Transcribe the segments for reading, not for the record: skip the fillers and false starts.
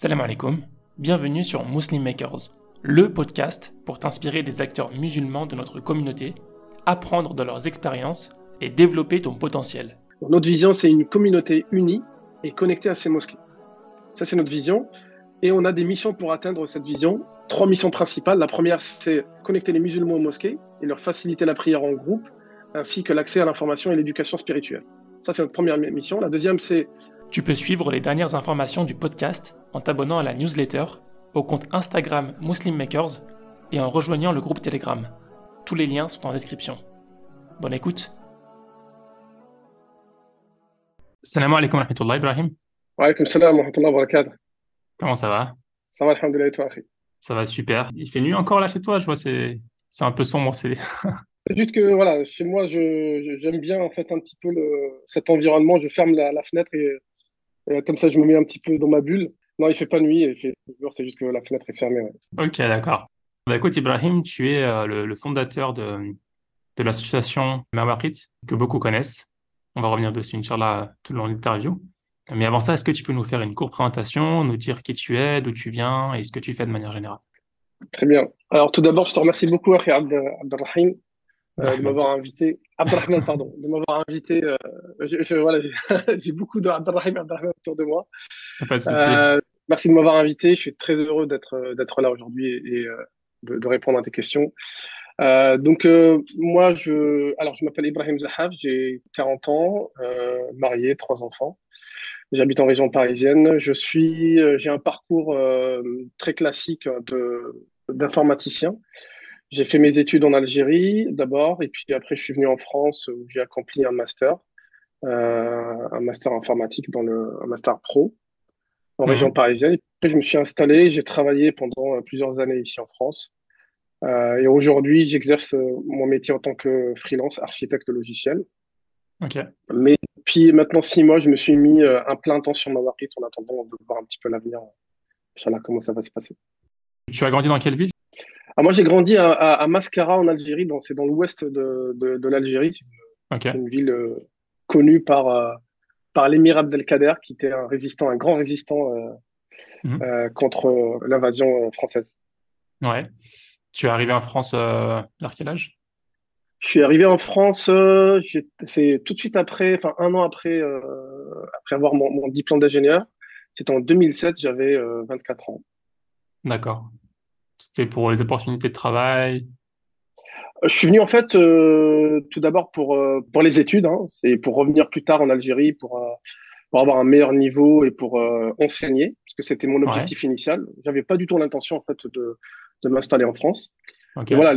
Salam alaikum, bienvenue sur Muslim Makers, le podcast pour t'inspirer des acteurs musulmans de notre communauté, apprendre de leurs expériences et développer ton potentiel. Notre vision, c'est une communauté unie et connectée à ses mosquées. Ça, c'est notre vision. Et on a des missions pour atteindre cette vision. 3 missions principales. La première, c'est connecter les musulmans aux mosquées et leur faciliter la prière en groupe, ainsi que l'accès à l'information et l'éducation spirituelle. Ça, c'est notre première mission. La deuxième, c'est... Tu peux suivre les dernières informations du podcast en t'abonnant à la newsletter, au compte Instagram Muslim Makers et en rejoignant le groupe Telegram. Tous les liens sont en description. Bonne écoute. Salam alaikum wa rahmatullah Ibrahim. Wa alaykoum salam wa rahmatullah wa barakatuh. Comment ça va? Ça va, alhamdoulilah, et toi, akhi? Ça va super. Il fait nuit encore là chez toi, je vois, c'est un peu sombre. C'est juste que, voilà, chez moi, j'aime bien, en fait, un petit peu cet environnement. Je ferme la fenêtre et comme ça, je me mets un petit peu dans ma bulle. Non, il fait pas nuit, il fait jour, c'est juste que la fenêtre est fermée. Ouais. Ok, d'accord. Bah, écoute, Ibrahim, tu es le fondateur de l'association Mawarit, que beaucoup connaissent. On va revenir dessus, Inch'Allah, tout le long de l'interview. Mais avant ça, est-ce que tu peux nous faire une courte présentation, nous dire qui tu es, d'où tu viens et ce que tu fais de manière générale? Très bien. Alors, tout d'abord, je te remercie beaucoup, akhi Abdelrahim, de Abdelrahman. m'avoir invité. Abdelrahman, pardon, de m'avoir invité. Voilà, j'ai beaucoup de Abdelrahim autour de moi. Pas de souci. Euh, Merci de m'avoir invité. Je suis très heureux d'être là aujourd'hui et de répondre à tes questions. Moi, alors, je m'appelle Ibrahim Zahaf, j'ai 40 ans, marié, 3 enfants. J'habite en région parisienne. J'ai un parcours très classique d'informaticien. J'ai fait mes études en Algérie d'abord, et puis après, je suis venu en France où j'ai accompli un master informatique un master pro en région Mhm. parisienne. Et après, je me suis installé, j'ai travaillé pendant plusieurs années ici en France. Et aujourd'hui, j'exerce mon métier en tant que freelance, architecte logiciel. Ok. Mais depuis maintenant 6 mois, je me suis mis un plein temps sur ma market en attendant de voir un petit peu l'avenir. Inch'Allah, comment ça va se passer. Tu as grandi dans quelle ville? Ah, moi, j'ai grandi à Mascara en Algérie, c'est dans l'ouest de l'Algérie. C'est Ok. une ville connue par l'émir Abdelkader, qui était un grand résistant Mhm. contre l'invasion française. Ouais. Tu es arrivé en France vers quel âge? Je suis arrivé en France, c'est tout de suite après, enfin 1 an après avoir mon diplôme d'ingénieur. C'était en 2007, j'avais 24 ans. D'accord. C'était pour les opportunités de travail. Je suis venu en fait tout d'abord pour les études, hein, et pour revenir plus tard en Algérie pour avoir un meilleur niveau et pour enseigner, parce que c'était mon Ouais. objectif initial. J'avais pas du tout l'intention en fait de m'installer en France. Mais Ok. voilà,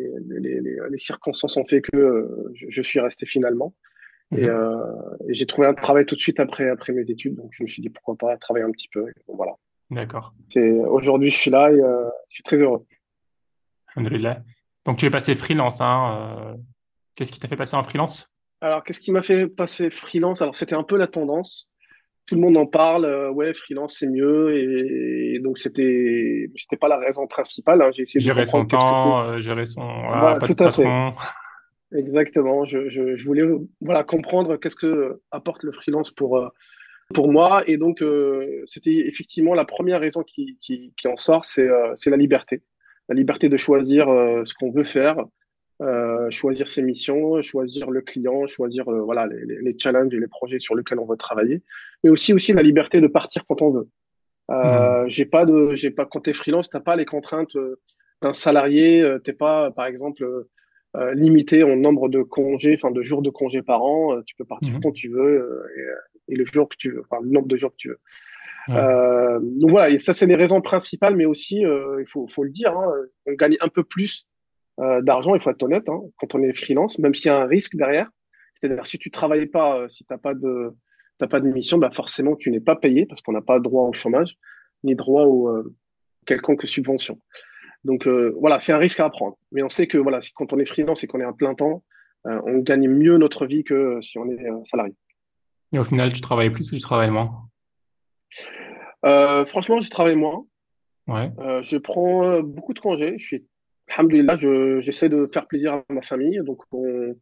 les circonstances ont fait que je suis resté finalement. Et, Mhm. euh, et j'ai trouvé un travail tout de suite après mes études, donc je me suis dit pourquoi pas travailler un petit peu. Et bon, voilà. D'accord. Aujourd'hui, je suis là et je suis très heureux. Alhamdoulilah. Donc tu es passé freelance, hein. Qu'est-ce qui t'a fait passer en freelance? Alors, qu'est-ce qui m'a fait passer freelance? Alors, c'était un peu la tendance. Tout le monde en parle. Ouais, freelance, c'est mieux. Et donc, c'était pas la raison principale, hein. J'ai essayé de Gérer son comprendre qu'est-ce que c'est. temps, gérer son... Voilà, Voilà, pas de tout à fait. patron. Exactement. Je voulais voilà, comprendre qu'est-ce que apporte le freelance pour moi. Et donc, c'était effectivement la première raison qui en sort, c'est la liberté. La liberté de choisir ce qu'on veut faire, choisir ses missions, choisir le client, choisir voilà, les challenges et les projets sur lesquels on veut travailler. Mais aussi la liberté de partir quand on veut. Hmm. Quand t'es freelance, t'as pas les contraintes d'un salarié. T'es pas, par exemple, limité en nombre de congés, enfin de jours de congés par an. Tu peux partir quand Mhm. tu veux et le jour que tu veux, enfin le nombre de jours que tu veux. Ouais. Donc voilà, et ça c'est les raisons principales, mais aussi faut le dire, hein, on gagne un peu plus d'argent. Il faut être honnête, hein, quand on est freelance, même s'il y a un risque derrière. C'est-à-dire si tu travailles pas, si t'as pas de mission, bah forcément tu n'es pas payé parce qu'on n'a pas droit au chômage ni droit au quelconque subvention. Donc voilà, c'est un risque à prendre. Mais on sait que voilà, quand on est freelance et qu'on est à plein temps, on gagne mieux notre vie que si on est salarié. Et au final, tu travailles plus ou tu travailles moins? Franchement, je travaille moins. Ouais. Je prends beaucoup de congés. Alhamdoulilah, j'essaie de faire plaisir à ma famille. Donc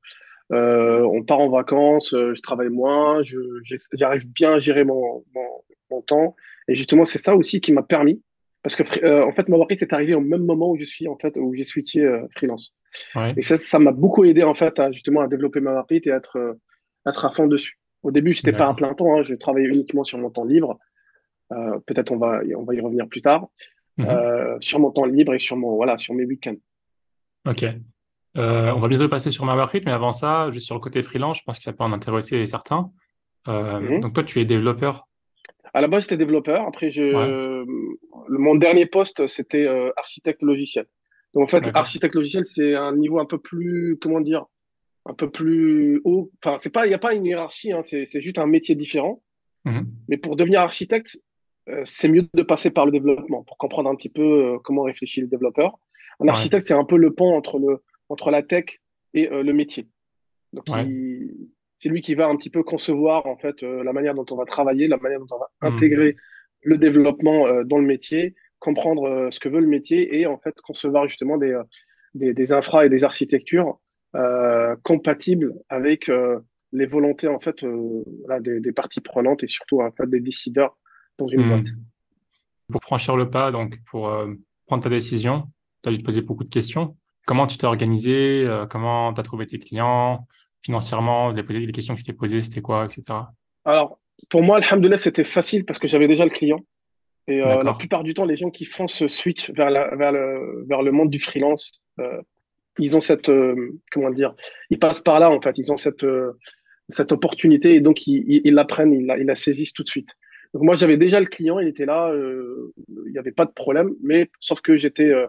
On part en vacances, je travaille moins, j'arrive bien à gérer mon temps. Et justement, c'est ça aussi qui m'a permis, parce que en fait, ma est arrivé au même moment où je suis en fait où j'ai switché freelance. Ouais. Et ça m'a beaucoup aidé en fait à justement à développer ma et être à fond dessus. Au début, j'étais pas à D'accord. plein temps, hein, je travaillais uniquement sur mon temps libre. Peut-être on va y revenir plus tard. Mhm. Sur mon temps libre et sur mes week-ends. Ok. On va bientôt passer sur Marguerite, mais avant ça, juste sur le côté freelance, je pense que ça peut en intéresser certains. Mhm. Donc toi, tu es développeur. À la base, j'étais développeur. Après, Ouais. mon dernier poste, c'était architecte logiciel. Donc, en fait, D'accord. architecte logiciel, c'est un niveau un peu plus, comment dire, un peu plus haut. Enfin, il n'y a pas une hiérarchie, hein, c'est juste un métier différent. Mhm. Mais pour devenir architecte, c'est mieux de passer par le développement pour comprendre un petit peu comment réfléchit le développeur. Un Ouais. architecte, c'est un peu le pont entre la tech et le métier. Donc, Ouais. c'est lui qui va un petit peu concevoir en fait la manière dont on va travailler, la manière dont on va intégrer Mhm. le développement dans le métier, comprendre ce que veut le métier et en fait concevoir justement des infras et des architectures compatibles avec les volontés en fait voilà, des parties prenantes et surtout en fait des décideurs dans une boîte. Mhm. Pour franchir le pas, donc pour prendre ta décision, tu as dû te poser beaucoup de questions. Comment tu t'es organisé? Comment tu as trouvé tes clients? Financièrement, les questions que tu t'es posées, c'était quoi, etc. Alors pour moi, alhamdoulilah, c'était facile parce que j'avais déjà le client. Et la D'accord. plupart du temps, les gens qui font ce switch vers le monde du freelance, ils ont comment dire, ils passent par là en fait, ils ont cette opportunité et donc ils la prennent, ils la saisissent tout de suite. Donc moi, j'avais déjà le client, il était là, il n'y avait pas de problème, mais sauf que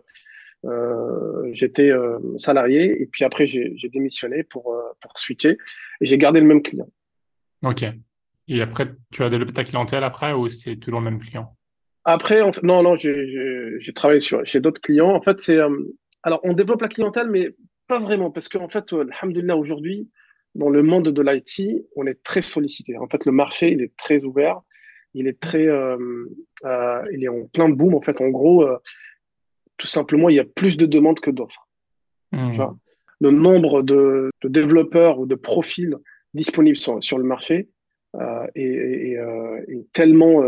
j'étais salarié et puis après j'ai démissionné pour switcher et j'ai gardé le même client. Ok. Et après, tu as développé ta clientèle après ou c'est toujours le même client? Après, non, non, j'ai travaillé chez d'autres clients. En fait, alors, on développe la clientèle, mais pas vraiment, parce qu'en fait, alhamdoulilah, aujourd'hui, dans le monde de l'IT, on est très sollicité. En fait, le marché, il est très ouvert, il est en plein boom. En fait, en gros, tout simplement, il y a plus de demandes que d'offres. Tu vois, Hmm. le nombre de développeurs ou de profils disponibles sur le marché est tellement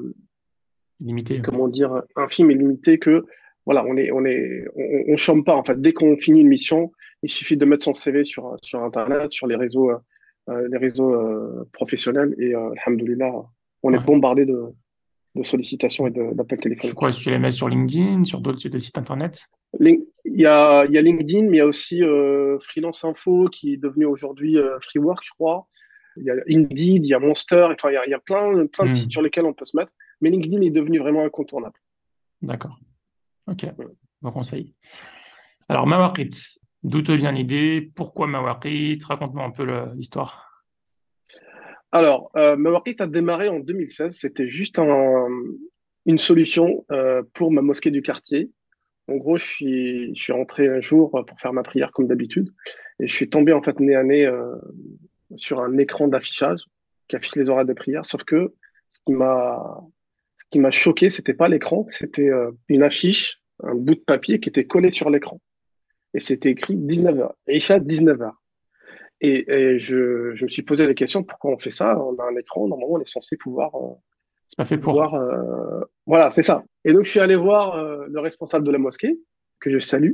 Limité. comment dire, infime et limité que, voilà, on chôme pas. En fait, dès qu'on finit une mission, il suffit de mettre son CV sur Internet, sur les réseaux professionnels et, alhamdoulilah, on est Ouais. bombardé de sollicitations et d'appels C'est quoi, téléphoniques. si tu les mets sur LinkedIn, sur d'autres des sites internet? Il y a LinkedIn, mais il y a aussi Freelance Info qui est devenu aujourd'hui Freework, je crois. Il y a Indeed, il y a Monster, enfin, il y a plein de sites sur Hmm. lesquels on peut se mettre. Mais LinkedIn est devenu vraiment incontournable. D'accord. Ok. Bon conseil. Alors, Mawarit, d'où te vient l'idée? Pourquoi Mawarit? Raconte-moi un peu l'histoire. Alors, Mawaqit a démarré en 2016. C'était juste une solution pour ma mosquée du quartier. En gros, je suis rentré un jour pour faire ma prière comme d'habitude et je suis tombé en fait nez à nez sur un écran d'affichage qui affiche les horaires de prière. Sauf que ce qui m'a ce qui m'a choqué, c'était pas l'écran, c'était une affiche, un bout de papier qui était collé sur l'écran et c'était écrit 19h, Isha 19h. Et je me suis posé la question, pourquoi on fait ça? On a un écran, normalement, on est censé C'est pas fait pour. pouvoir voilà, c'est ça. Et donc, je suis allé voir le responsable de la mosquée, que je salue.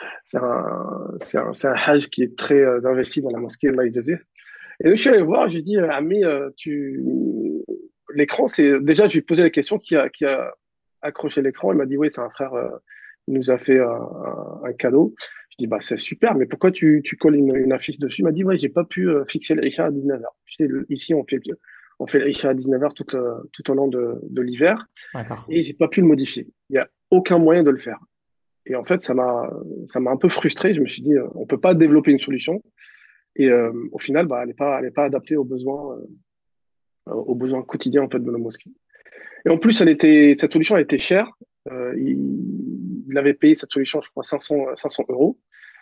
C'est un hajj qui est très investi dans la mosquée, Allah Yajzih. Et donc, je suis allé voir, j'ai dit, Ami, l'écran, c'est. Déjà, je lui ai posé la question qui a accroché l'écran. Il m'a dit, oui, c'est un frère, il nous a fait un cadeau. Je dis, bah, c'est super, mais pourquoi tu colles une affiche dessus? Il m'a dit, ouais, j'ai pas pu fixer l'Isha à 19h. Ici, on fait l'Isha à 19h tout au long de l'hiver D'accord. et j'ai pas pu le modifier. Il n'y a aucun moyen de le faire. Et en fait, ça m'a un peu frustré. Je me suis dit, on peut pas développer une solution. Et au final, bah, elle est pas adaptée aux besoins quotidiens en fait, de la mosquée. Et en plus, cette solution, elle était chère. Il avait payé cette solution, je crois, 500 euros.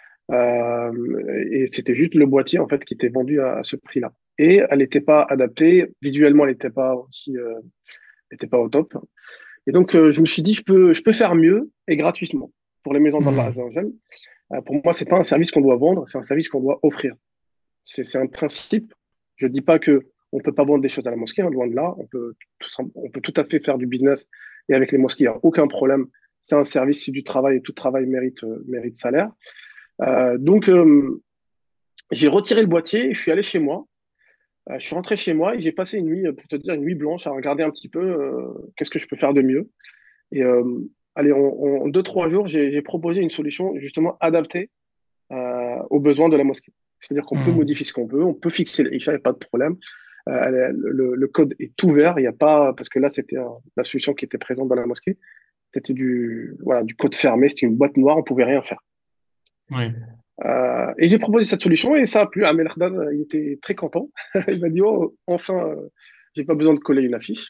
Et c'était juste le boîtier en fait qui était vendu à ce prix-là. Et elle n'était pas adaptée. Visuellement, elle n'était pas au top. Et donc, je me suis dit, je peux faire mieux et gratuitement pour les maisons d'Allah Hmm. Azzawajal. Pour moi, c'est pas un service qu'on doit vendre, c'est un service qu'on doit offrir. C'est un principe. Je dis pas que on peut pas vendre des choses à la mosquée, hein, loin de là. On peut tout à fait faire du business et avec les mosquées, il n'y a aucun problème. C'est un service, c'est du travail et tout travail mérite salaire. Donc, j'ai retiré le boîtier et je suis allé chez moi. Je suis rentré chez moi et j'ai passé une nuit, pour te dire, une nuit blanche à regarder un petit peu qu'est-ce que je peux faire de mieux. Et allez, en 2, 3 jours, j'ai proposé une solution justement adaptée aux besoins de la mosquée. C'est-à-dire qu'on peut Hmm. modifier ce qu'on veut, on peut fixer les isha, il n'y a pas de problème. Le code est ouvert, il n'y a pas, parce que là, c'était la solution qui était présente dans la mosquée. C'était voilà, du code fermé, c'était une boîte noire, on pouvait rien faire. Oui. Et j'ai proposé cette solution et ça a plu à Melardan, il était très content. Il m'a dit, oh, enfin, j'ai pas besoin de coller une affiche.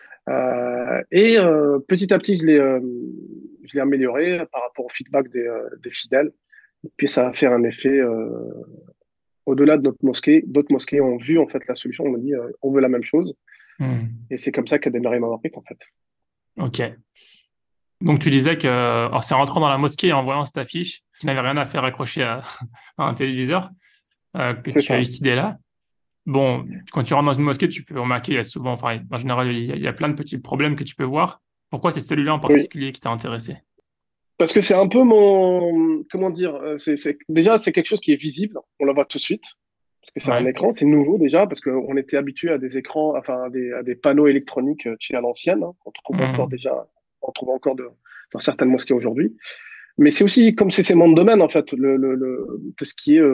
Petit à petit, je l'ai amélioré par rapport au feedback des fidèles. Et puis ça a fait un effet au-delà de notre mosquée. D'autres mosquées ont vu en fait la solution, on m'a dit on veut la même chose. Hmm. Et c'est comme ça qu'a démarré ma marque en fait. Ok. Donc tu disais que c'est en rentrant dans la mosquée et en voyant cette affiche, tu n'avais rien à faire accrocher à un téléviseur, que C'est tu as ça. eu cette idée-là. Bon, quand tu rentres dans une mosquée, tu peux remarquer, il y a souvent, enfin, en général, il y a plein de petits problèmes que tu peux voir. Pourquoi c'est celui-là en Oui. particulier qui t'a intéressé? Parce que c'est un peu mon, comment dire, déjà c'est quelque chose qui est visible, on la voit tout de suite, parce que c'est un Ouais. écran, c'est nouveau déjà, parce qu'on était habitué à des écrans, enfin à des panneaux électroniques chez à l'ancienne, hein, Hmm. on trouve encore dans certaines mosquées aujourd'hui. Mais c'est aussi comme c'est mon domaine en fait, tout ce qui est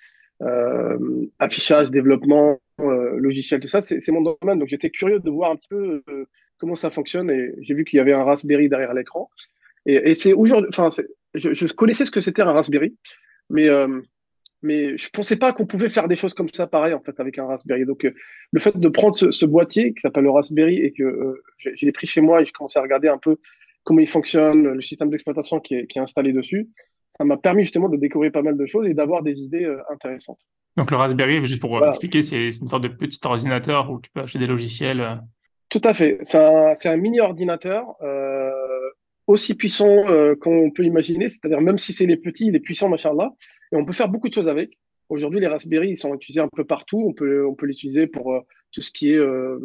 affichage, développement, logiciel, tout ça, c'est mon domaine. Donc j'étais curieux de voir un petit peu comment ça fonctionne et j'ai vu qu'il y avait un Raspberry derrière l'écran. Et c'est aujourd'hui, enfin, je connaissais ce que c'était un Raspberry, mais mais je pensais pas qu'on pouvait faire des choses comme ça pareil en fait avec un Raspberry. Donc le fait de prendre ce boîtier qui s'appelle le Raspberry et que je l'ai pris chez moi et je commençais à regarder un peu comment il fonctionne, le système d'exploitation qui est installé dessus, ça m'a permis justement de découvrir pas mal de choses et d'avoir des idées intéressantes. Donc le Raspberry, juste pour Voilà, expliquer, c'est une sorte de petit ordinateur où tu peux acheter des logiciels. tout à fait. C'est un mini ordinateur aussi puissant qu'on peut imaginer, c'est-à-dire même si c'est les petits, il est puissant, machallah, et on peut faire beaucoup de choses avec. Aujourd'hui, les Raspberry, ils sont utilisés un peu partout. On peut l'utiliser pour tout ce qui est,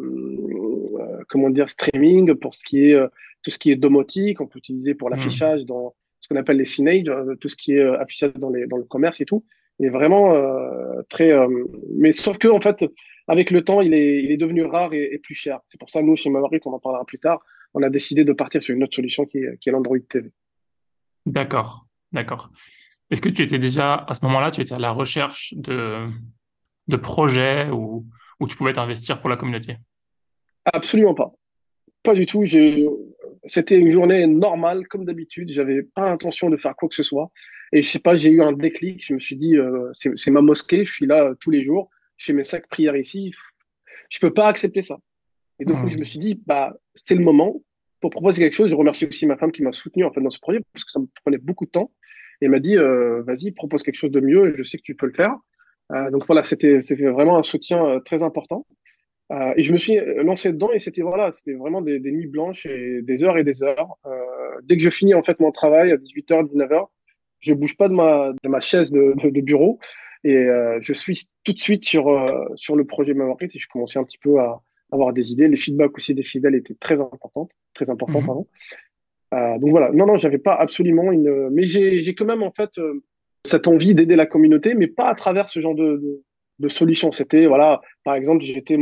comment dire, streaming, pour ce qui est, tout ce qui est domotique. On peut l'utiliser pour Hmm. l'affichage dans ce qu'on appelle les signage, tout ce qui est affichage dans le commerce et tout. Il est vraiment très. Mais sauf que, en fait, avec le temps, il est devenu rare et plus cher. C'est pour ça, nous, chez Maverick, on en parlera plus tard, on a décidé de partir sur une autre solution qui est l'Android TV. D'accord, d'accord. Est-ce que tu étais déjà, à ce moment-là, tu étais à la recherche de projets où tu pouvais t'investir pour la communauté? Absolument pas. Pas du tout. C'était une journée normale, comme d'habitude. J'avais pas l'intention de faire quoi que ce soit. Et je sais pas, j'ai eu un déclic. Je me suis dit, c'est ma mosquée. Je suis là tous les jours. Je fais mes 5 prières ici. Je peux pas accepter ça. Et donc, je me Hmm. suis dit, bah, c'est le moment pour proposer quelque chose. Je remercie aussi ma femme qui m'a soutenu en fait dans ce projet parce que ça me prenait beaucoup de temps. Et elle m'a dit, vas-y, propose quelque chose de mieux. Je sais que tu peux le faire. Donc voilà, c'était vraiment un soutien très important. Et je me suis lancé dedans et c'était vraiment des nuits blanches et des heures et des heures. Dès que je finis en fait mon travail à 18h, 19h, je bouge pas de ma chaise de bureau et je suis tout de suite sur le projet Mavericks et je commençais un petit peu à avoir des idées. Les feedbacks aussi des fidèles étaient très importants, Mhm. pardon. Donc voilà, non, non, j'avais pas absolument mais j'ai quand même en fait cette envie d'aider la communauté, mais pas à travers ce genre de solution. C'était, voilà, par exemple, j'étais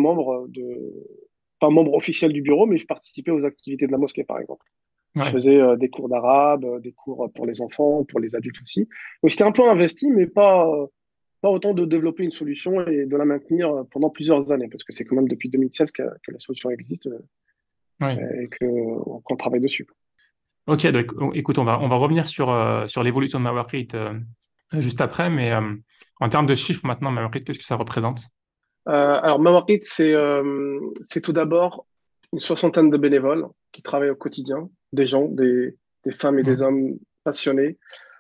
pas membre officiel du bureau, mais je participais aux activités de la mosquée, par exemple. Je Ouais. faisais des cours d'arabe, des cours pour les enfants, pour les adultes aussi. Donc j'étais un peu investi, mais pas autant de développer une solution et de la maintenir pendant plusieurs années, parce que c'est quand même depuis 2016 que la solution existe Ouais. et qu'on travaille dessus. Ok, donc écoute, on va revenir sur l'évolution de ma workrate juste après, mais en termes de chiffres maintenant, ma workrate, qu'est-ce que ça représente? Alors, Mawarit, c'est tout d'abord une soixantaine de bénévoles qui travaillent au quotidien, des femmes et des Hmm. hommes passionnés,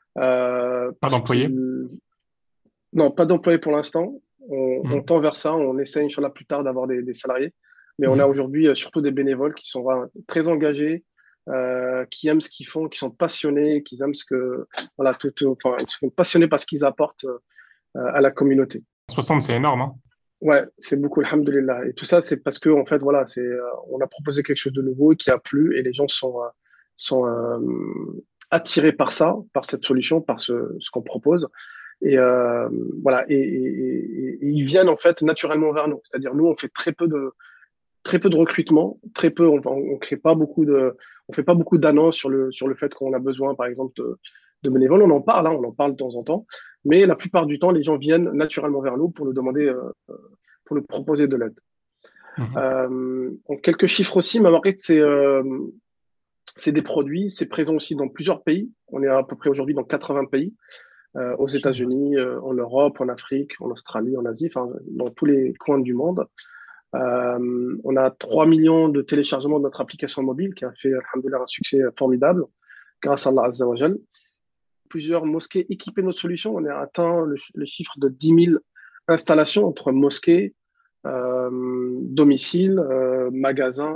Pas parce d'employés? qu'ils... Non, pas d'employés pour l'instant. On Hmm. tend vers ça, on essaie, Inch'Allah, plus tard d'avoir des salariés. Mais on a Mhm. aujourd'hui surtout des bénévoles qui sont vraiment très engagés, qui aiment ce qu'ils font, qui sont passionnés, qui aiment enfin, ils sont passionnés par ce qu'ils apportent à la communauté. 60, c'est énorme, hein. Ouais, c'est beaucoup, alhamdoulilah. Et tout ça, c'est parce que, en fait, voilà, on a proposé quelque chose de nouveau qui a plu et les gens sont attirés par ça, par cette solution, par ce qu'on propose. Et voilà, et ils viennent en fait naturellement vers nous. C'est-à-dire, nous, on fait très peu de recrutement, très peu, on crée pas beaucoup on fait pas beaucoup d'annonces sur le fait qu'on a besoin, par exemple, de bénévoles. On en parle, hein, on en parle de temps en temps, mais la plupart du temps, les gens viennent naturellement vers nous pour nous demander, pour nous proposer de l'aide. Mhm. En quelques chiffres aussi, ma market, c'est des produits, c'est présent aussi dans plusieurs pays. On est à peu près aujourd'hui dans 80 pays, aux Machallah. États-Unis, en Europe, en Afrique, en Australie, en Asie, enfin, dans tous les coins du monde. On a 3 millions de téléchargements de notre application mobile qui a fait, alhamdoulilah, un succès formidable grâce à Allah Azza wa Jal. Plusieurs mosquées équipées de notre solution. On a atteint le chiffre de 10 000 installations entre mosquées, domiciles, magasins,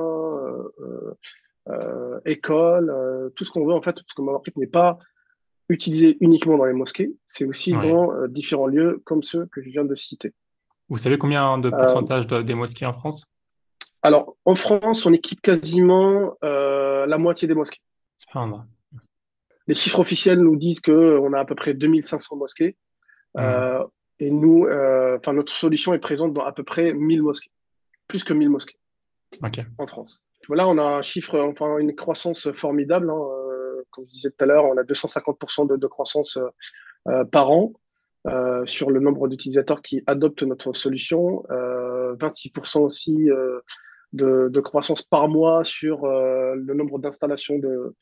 écoles, tout ce qu'on veut en fait, parce que Mawaqit n'est pas utilisé uniquement dans les mosquées, c'est aussi Ouais. dans différents lieux comme ceux que je viens de citer. Vous savez combien de Euh, pourcentage des mosquées en France? alors, en France, on équipe quasiment la moitié des mosquées. Subhanallah. Les chiffres officiels nous disent qu'on a à peu près 2500 mosquées. Hmm. Euh, et nous, enfin, notre solution est présente dans à peu près 1000 mosquées, plus que 1000 mosquées Ok. en France. Voilà, on a un chiffre, enfin, une croissance formidable, hein. Comme je disais tout à l'heure, on a 250% de croissance par an sur le nombre d'utilisateurs qui adoptent notre solution, 26% aussi de croissance par mois sur le nombre d'installations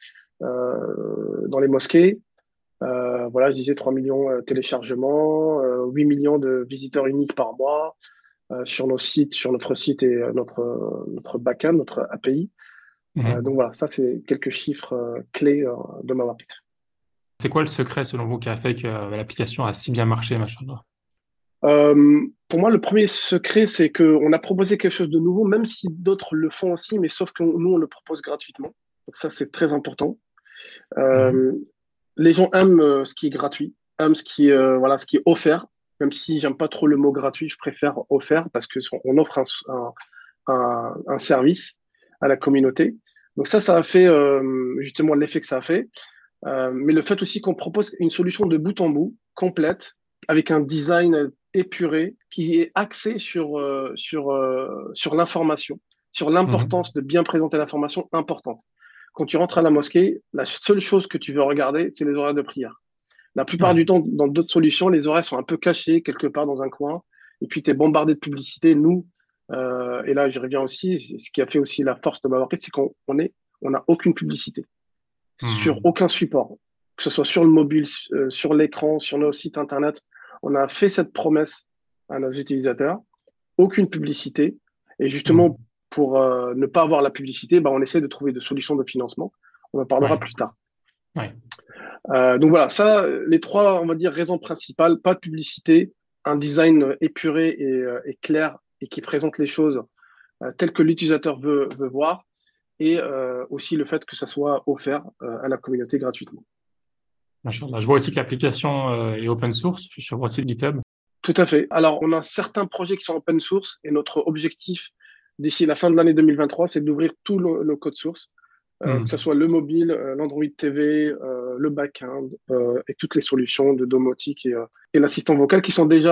dans les mosquées. Voilà, je disais 3 millions de téléchargements, 8 millions de visiteurs uniques par mois sur nos sites, sur notre site et notre backend, notre API. Donc Mhm. voilà, ça c'est quelques chiffres clés de Mawapit. C'est quoi le secret selon vous qui a fait que l'application a si bien marché, machallah? Pour moi, le premier secret, c'est qu'on a proposé quelque chose de nouveau, même si d'autres le font aussi, mais sauf que nous, on le propose gratuitement. Donc ça, c'est très important. Mhm. Euh, les gens aiment ce qui est gratuit, aiment voilà, ce qui est offert. Même si j'aime pas trop le mot gratuit, je préfère offert parce que on offre un service à la communauté. Donc ça a fait justement l'effet que ça a fait. Mais le fait aussi qu'on propose une solution de bout en bout, complète, avec un design épuré, qui est axé sur l'information, sur Mhm. l'importance de bien présenter l'information importante. Quand tu rentres à la mosquée, la seule chose que tu veux regarder, c'est les horaires de prière. La plupart Ouais. du temps, dans d'autres solutions, les horaires sont un peu cachés quelque part dans un coin, et puis tu es bombardé de publicité. Nous, et là je reviens aussi, ce qui a fait aussi la force de ma marque, c'est on n'a aucune publicité sur Hmm. aucun support, que ce soit sur le mobile, sur l'écran, sur nos sites internet. On a fait cette promesse à nos utilisateurs, aucune publicité. Et justement, Hmm. pour ne pas avoir la publicité, bah, on essaie de trouver des solutions de financement. On en parlera Ouais. plus tard. Ouais. Donc voilà, ça, les trois, on va dire, raisons principales, pas de publicité, un design épuré et clair et qui présente les choses telles que l'utilisateur veut voir, et aussi le fait que ça soit offert à la communauté gratuitement. Machallah. Je vois aussi que l'application est open source. Je suis sur votre site GitHub. Tout à fait. Alors, on a certains projets qui sont open source et notre objectif d'ici la fin de l'année 2023, c'est d'ouvrir tout le code source, que ce Hmm. soit le mobile, l'Android TV, le back-end et toutes les solutions de domotique et l'assistant vocal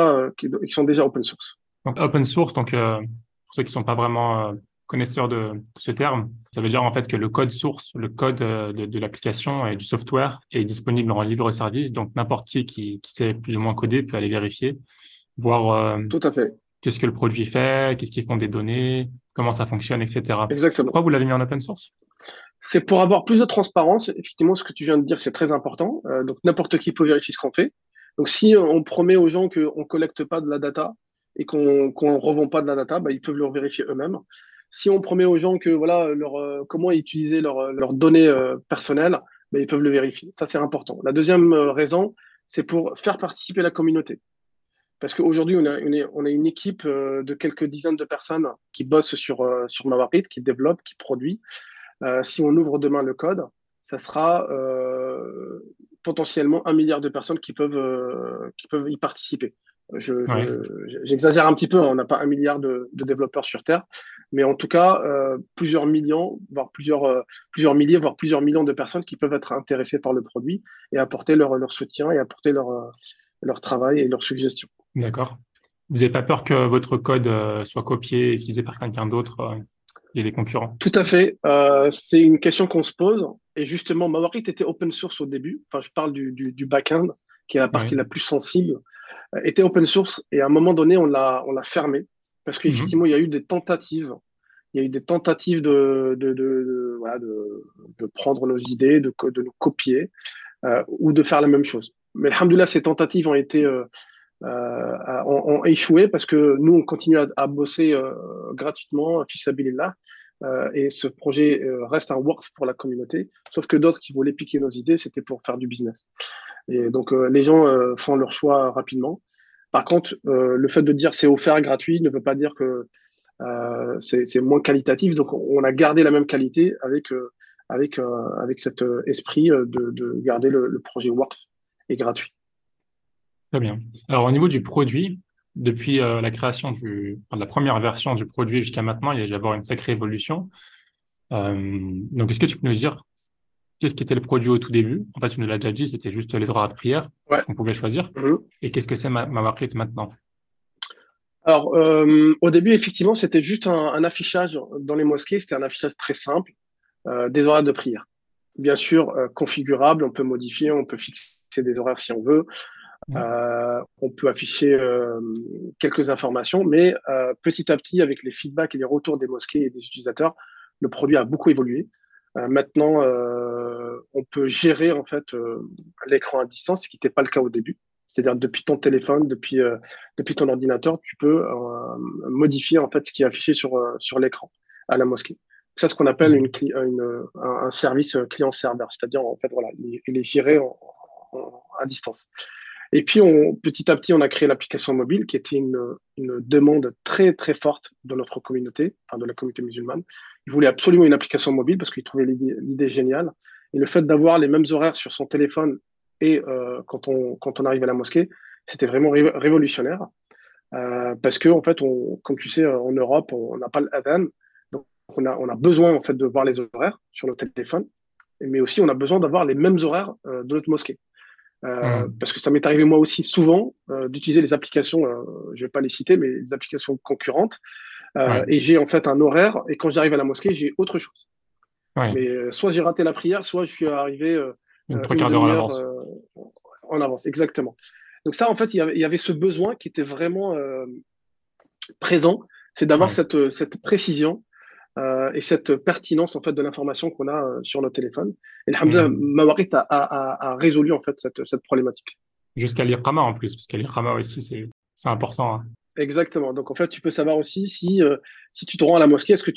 qui sont déjà open source. Donc open source, donc pour ceux qui sont pas vraiment connaisseurs de ce terme, ça veut dire en fait que le code source, le code de l'application et du software est disponible en libre service. Donc n'importe qui sait plus ou moins coder peut aller vérifier, voir Tout à fait. qu'est-ce que le produit fait, qu'est-ce qu'ils font des données, comment ça fonctionne, etc. Exactement. Pourquoi vous l'avez mis en open source? C'est pour avoir plus de transparence. Effectivement, ce que tu viens de dire, c'est très important. Donc, n'importe qui peut vérifier ce qu'on fait. Donc, si on promet aux gens qu'on ne collecte pas de la data et qu'on ne revend pas de la data, bah, ils peuvent le vérifier eux-mêmes. Si on promet aux gens que voilà comment utiliser leurs données personnelles, bah, ils peuvent le vérifier. Ça, c'est important. La deuxième raison, c'est pour faire participer la communauté. Parce qu'aujourd'hui, on a une équipe de quelques dizaines de personnes qui bossent sur Mawarit, qui développent, qui produit. Si on ouvre demain le code, ça sera potentiellement 1 milliard de personnes qui peuvent y participer. Ouais, J'exagère un petit peu, hein, on n'a pas 1 milliard de développeurs sur Terre, mais en tout cas, plusieurs millions, voire plusieurs milliers, voire plusieurs millions de personnes qui peuvent être intéressées par le produit et apporter leur soutien et apporter leur travail et leurs suggestions. d'accord. Vous n'avez pas peur que votre code soit copié et utilisé par quelqu'un d'autre et des concurrents? Tout à fait. C'est une question qu'on se pose. Et justement, Mawarit était open source au début. Enfin, je parle du back-end, qui est la partie Oui. la plus sensible, était open source. Et à un moment donné, on l'a fermé. Parce qu'effectivement, Mhm. il y a eu des tentatives. Il y a eu des tentatives voilà, de prendre nos idées, de nous copier, ou de faire la même chose. Mais alhamdoulilah, ces tentatives ont échoué parce que nous, on continue à bosser gratuitement, fisabilillah, et ce projet reste un work pour la communauté. Sauf que d'autres qui voulaient piquer nos idées, c'était pour faire du business. Et donc, les gens font leur choix rapidement. Par contre, le fait de dire c'est offert gratuit ne veut pas dire que c'est moins qualitatif. Donc, on a gardé la même qualité avec cet esprit de garder le projet work et gratuit. Très bien. Alors, au niveau du produit, depuis la création enfin, de la première version du produit jusqu'à maintenant, il y a dû y avoir une sacrée évolution. Donc, est-ce que tu peux nous dire qu'est-ce qui était le produit au tout début? En fait, tu nous l'as déjà dit, c'était juste les horaires de prière Ouais. qu'on pouvait choisir. Mhm. Et qu'est-ce que c'est Mavakit maintenant? Alors, au début, effectivement, c'était juste un affichage dans les mosquées. C'était un affichage très simple, des horaires de prière. Bien sûr, configurable, on peut modifier, on peut fixer des horaires si on veut. Ouais. On peut afficher quelques informations, mais petit à petit, avec les feedbacks et les retours des mosquées et des utilisateurs, le produit a beaucoup évolué. Maintenant, on peut gérer en fait l'écran à distance, ce qui n'était pas le cas au début. C'est-à-dire depuis ton téléphone, depuis ton ordinateur, tu peux modifier en fait ce qui est affiché sur l'écran à la mosquée. C'est ce qu'on appelle un service client-serveur, c'est-à-dire en fait voilà, il est géré à distance. Et puis, petit à petit, on a créé l'application mobile, qui était une demande très, très forte de notre communauté, enfin de la communauté musulmane. Ils voulaient absolument une application mobile parce qu'ils trouvaient l'idée géniale. Et le fait d'avoir les mêmes horaires sur son téléphone et quand on arrive à la mosquée, c'était vraiment révolutionnaire. Parce que, en fait, comme tu sais, en Europe, on n'a pas l'adhan. Donc, on a besoin, en fait, de voir les horaires sur nos téléphones. Mais aussi, on a besoin d'avoir les mêmes horaires de notre mosquée. Hmm. Parce que ça m'est arrivé moi aussi souvent d'utiliser les applications, je vais pas les citer, mais les applications concurrentes. Ouais. Et j'ai en fait un horaire, et quand j'arrive à la mosquée, j'ai autre chose. Ouais. Mais soit j'ai raté la prière, soit je suis arrivé Une trois une quarts d'heure à demi-heure l'avance. en avance, exactement. Donc ça, en fait, il y avait ce besoin qui était vraiment présent, c'est d'avoir Ouais. cette précision et cette pertinence en fait de l'information qu'on a sur nos téléphones. Et alhamdoulilah, Hmm. Mawarit a résolu en fait cette problématique. Jusqu'à l'Iqama en plus, parce qu'à l'Iqama aussi, c'est important, hein. Exactement. Donc en fait, tu peux savoir aussi si tu te rends à la mosquée, est-ce que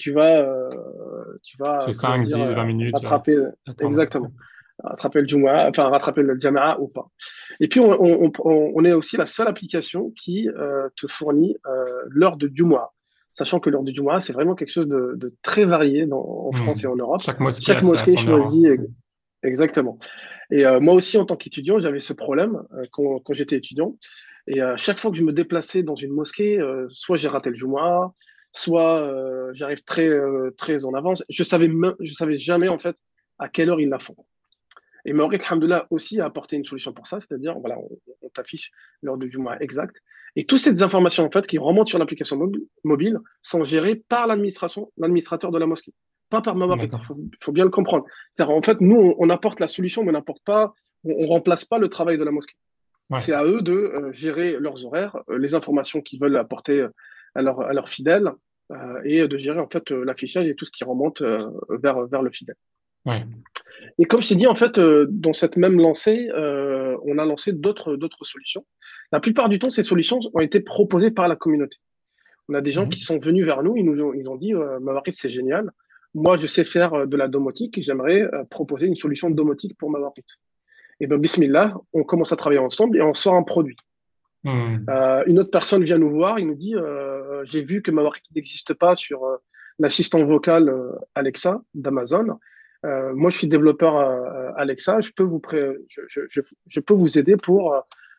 tu vas C'est comment 5 dire, 10 20 minutes. rattraper Attendre. exactement, rattraper le Jumu'ah, enfin rattraper le Jama'a ou pas. Et puis on est aussi la seule application qui te fournit l'heure de Jumu'ah, sachant que l'heure de Jumu'ah, c'est vraiment quelque chose de très varié en France et Hmm. en Europe. Chaque mosquée Chaque a mosquée son heure, hein. choisit exactement. Et moi aussi, en tant qu'étudiant, j'avais ce problème quand j'étais étudiant. Et chaque fois que je me déplaçais dans une mosquée, soit j'ai raté le Jumu'ah, soit j'arrive très en avance. Je savais jamais en fait à quelle heure ils la font. Et Maorit, alhamdoulilah, aussi a apporté une solution pour ça, c'est-à-dire, voilà, on t'affiche l'heure du Jumu'ah exact. Et toutes ces informations en fait qui remontent sur l'application mobile sont gérées par l'administrateur de la mosquée, pas par Mawarit. Il D'accord. faut bien le comprendre. C'est-à-dire, en fait, nous, on apporte la solution, mais on remplace pas le travail de la mosquée. Ouais. C'est à eux de gérer leurs horaires, les informations qu'ils veulent apporter à leurs fidèles, et de gérer en fait l'affichage et tout ce qui remonte vers le fidèle. Ouais. Et comme je t'ai dit, en fait, dans cette même lancée, on a lancé d'autres solutions. La plupart du temps, ces solutions ont été proposées par la communauté. On a des gens qui Mhm. sont venus vers nous, ils ont dit, Mavarit, c'est génial. Moi, je sais faire de la domotique et j'aimerais proposer une solution de domotique pour Mavarit. Et ben, bismillah, on commence à travailler ensemble et on sort un produit. Hmm. Une autre personne vient nous voir, il nous dit, j'ai vu que Mavarit n'existe pas sur l'assistant vocal Alexa d'Amazon. Moi, je suis développeur Alexa. Je peux vous aider pour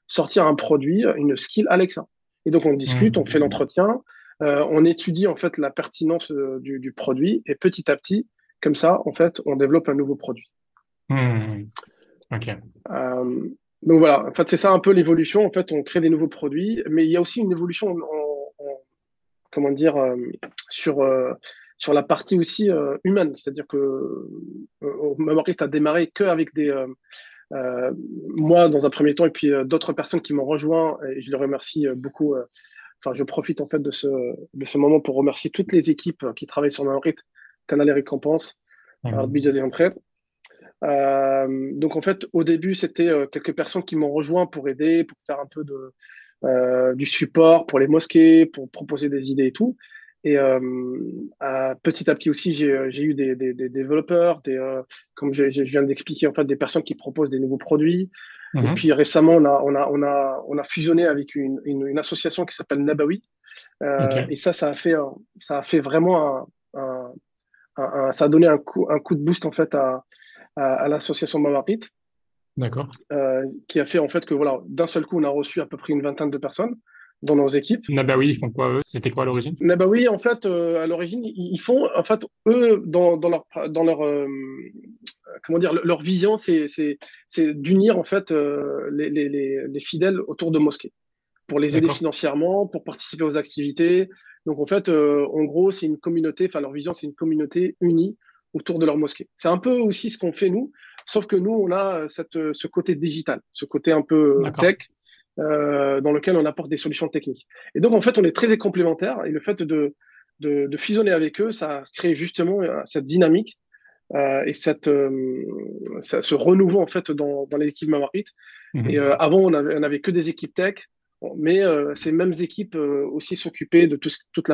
sortir un produit, une skill Alexa. Et donc on discute, on fait Hmm. l'entretien, on étudie en fait la pertinence du produit et petit à petit, comme ça, en fait, on développe un nouveau produit. Hmm. Ok. Euh, donc voilà, en fait, c'est ça un peu l'évolution. En fait, on crée des nouveaux produits, mais il y a aussi une évolution comment dire, sur, sur la partie aussi humaine. C'est-à-dire que Mawarit a démarré qu'avec moi dans un premier temps, et puis d'autres personnes qui m'ont rejoint, et je les remercie beaucoup. Enfin, je profite en fait de ce moment pour remercier toutes les équipes qui travaillent sur Mawarit, Canal et Récompense, Bidjazé Entrée. Donc en fait, au début, c'était quelques personnes qui m'ont rejoint pour aider, pour faire un peu du support pour les mosquées, pour proposer des idées et tout. Et petit à petit aussi, j'ai eu des développeurs, comme je viens d'expliquer, en fait, des personnes qui proposent des nouveaux produits. Et Mhm. puis récemment, on a fusionné avec une association qui s'appelle Nabawi. Ok. Et ça a fait vraiment ça a donné un coup de boost en fait à l'association Mamarit, D'accord. qui a fait en fait que voilà, d'un seul coup, on a reçu à peu près une vingtaine de personnes dans nos équipes. Nabawi, ils font quoi eux? C'était quoi à l'origine? Nabawi, en fait, à l'origine, ils font, en fait, eux, dans leur comment dire, leur vision, c'est d'unir en fait les fidèles autour de mosquées pour les aider D'accord. financièrement, pour participer aux activités. Donc en fait, en gros, c'est une communauté, enfin leur vision, c'est une communauté unie autour de leur mosquée. C'est un peu aussi ce qu'on fait nous, sauf que nous, on a ce côté digital, ce côté un peu D'accord. tech, dans lequel on apporte des solutions techniques. Et donc en fait, on est très complémentaires et le fait de fusionner avec eux, ça crée justement cette dynamique et ce renouveau en fait dans les équipes Mamarit. Et Mhm. avant, on avait que des équipes tech, mais ces mêmes équipes aussi s'occupaient de toute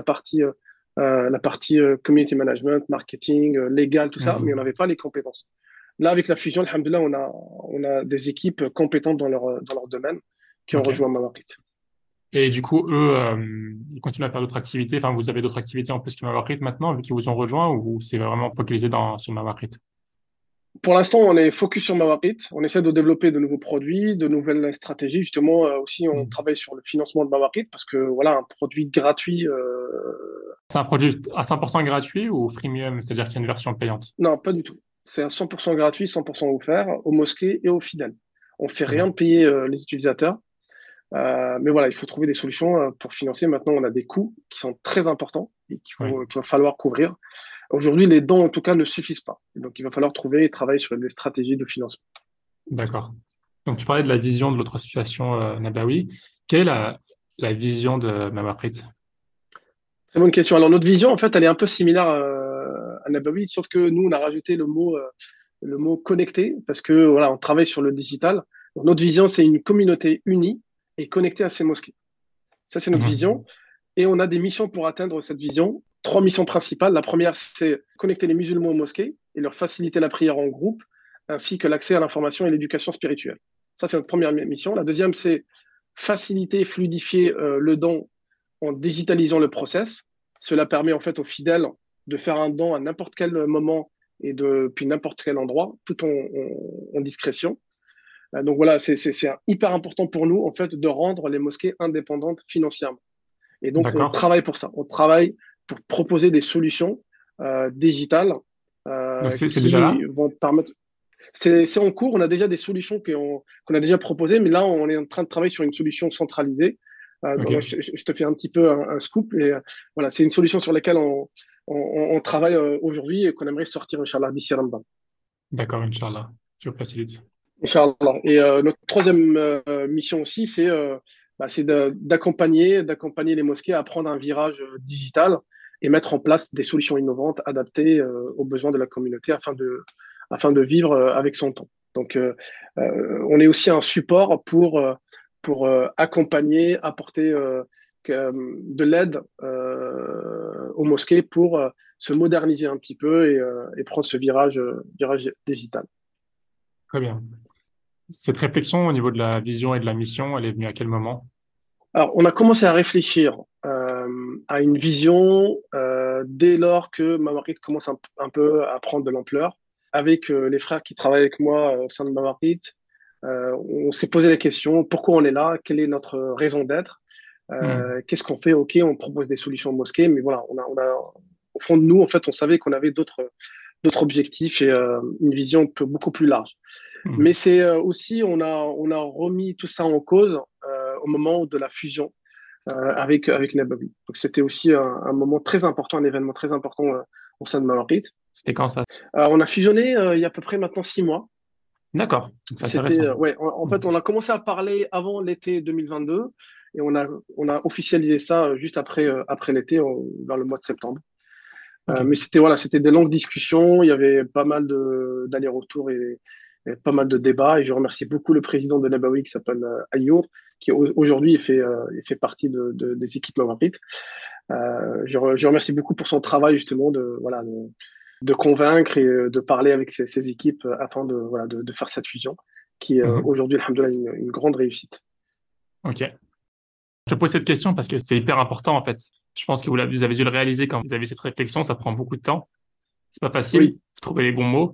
la partie community management, marketing, légal, tout ça, mais on Mhm. n'avait pas les compétences. Là, avec la fusion, alhamdoulilah, on a des équipes compétentes dans leur domaine qui ont Ok. rejoint Mamarit. Et du coup, eux, ils continuent à faire d'autres activités. Enfin, vous avez d'autres activités en plus que Maverick maintenant, vu qu'ils vous ont rejoint, ou c'est vraiment focalisé sur Maverick? Pour l'instant, on est focus sur Mavarit. On essaie de développer de nouveaux produits, de nouvelles stratégies. Justement, aussi, on Mhm. travaille sur le financement de Mavarit parce que voilà, un produit gratuit, C'est un produit à 100% gratuit ou freemium, c'est-à-dire qu'il y a une version payante? non, pas du tout. C'est à 100% gratuit, 100% offert aux mosquées et aux fidèles. On fait Très bien. rien payer les utilisateurs. Mais voilà, il faut trouver des solutions pour financer. Maintenant, on a des coûts qui sont très importants et Oui, qu'il va falloir couvrir. Aujourd'hui, les dons, en tout cas, ne suffisent pas. Donc, il va falloir trouver et travailler sur des stratégies de financement. d'accord. Donc, tu parlais de la vision de l'autre association Nabawi. Quelle est la vision de Maverick? Très bonne question. Alors, notre vision, en fait, elle est un peu similaire à Nabawi, sauf que nous, on a rajouté le mot connecté parce que voilà, on travaille sur le digital. Donc, notre vision, c'est une communauté unie et connectée à ses mosquées. Ça, c'est notre vision. Mhm. Et on a des missions pour atteindre cette vision. Trois missions principales. La première, c'est connecter les musulmans aux mosquées et leur faciliter la prière en groupe, ainsi que l'accès à l'information et l'éducation spirituelle. Ça, c'est notre première mission. La deuxième, c'est faciliter et fluidifier le don en digitalisant le process. Cela permet en fait aux fidèles de faire un don à n'importe quel moment et depuis n'importe quel endroit, tout en discrétion. Donc voilà, c'est hyper important pour nous en fait de rendre les mosquées indépendantes financièrement. Et donc, on D'accord. travaille pour ça. On travaille pour proposer des solutions digitales Donc, c'est déjà qui là? vont permettre. C'est en cours. On a déjà des solutions qu'on a déjà proposées, mais là, on est en train de travailler sur une solution centralisée. Donc, Ok. je te fais un petit peu un scoop. Et voilà, c'est une solution sur laquelle on travaille aujourd'hui et qu'on aimerait sortir, Inch'Allah, d'ici Ramadan. D'accord, Inch'Allah. Tu facilites. Inch'Allah. Et notre troisième mission aussi, c'est d'accompagner les mosquées à prendre un virage digital et mettre en place des solutions innovantes adaptées aux besoins de la communauté afin de vivre avec son temps. Donc, on est aussi un support pour accompagner, apporter de l'aide aux mosquées pour se moderniser un petit peu et prendre ce virage digital. Très bien. Cette réflexion au niveau de la vision et de la mission, elle est venue à quel moment? Alors, on a commencé à réfléchir à une vision dès lors que Mamarit commence un peu à prendre de l'ampleur. Avec les frères qui travaillent avec moi au sein de Mamarit, On s'est posé les questions, pourquoi on est là, quelle est notre raison d'être, Hmm. qu'est-ce qu'on fait, ok, on propose des solutions de mosquée, mais voilà, au fond de nous, en fait, on savait qu'on avait d'autres objectifs et une vision beaucoup plus large. Hmm. Mais c'est aussi, on a remis tout ça en cause au moment de la fusion avec Nabawi. Donc c'était aussi un moment très important, un événement très important au sein de Mawarid. C'était quand ça? On a fusionné il y a à peu près maintenant 6 mois. D'accord, c'est assez C'était, récent. ouais, en Hmm. fait, on a commencé à parler avant l'été 2022 et on a officialisé ça juste après l'été, vers le mois de septembre. Ok. Mais c'était des longues discussions, il y avait pas mal d'allers-retours et pas mal de débats. Et je remercie beaucoup le président de Nabawi qui s'appelle Ayour, qui aujourd'hui il fait partie des équipes Mawarit. Je remercie beaucoup pour son travail justement de convaincre et de parler avec ses équipes afin de faire cette fusion qui est Mhm. aujourd'hui, alhamdoulilah, une grande réussite. Ok. Je pose cette question parce que c'est hyper important en fait. Je pense que vous avez dû le réaliser quand vous avez cette réflexion, ça prend beaucoup de temps. C'est pas facile, Oui, faut trouver les bons mots.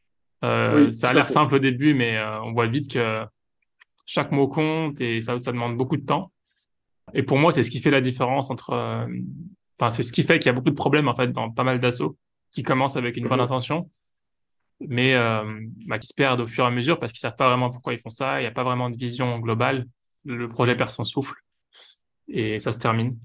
oui, Ça a tout à l'air fait. simple au début, mais on voit vite que chaque mot compte et ça demande beaucoup de temps. Et pour moi, c'est ce qui fait la différence entre, enfin, c'est ce qui fait qu'il y a beaucoup de problèmes en fait dans pas mal d'assauts qui commencent avec une bonne Mhm. intention, mais qui se perdent au fur et à mesure parce qu'ils savent pas vraiment pourquoi ils font ça. Il n'y a pas vraiment de vision globale. Le projet perd son souffle et ça se termine.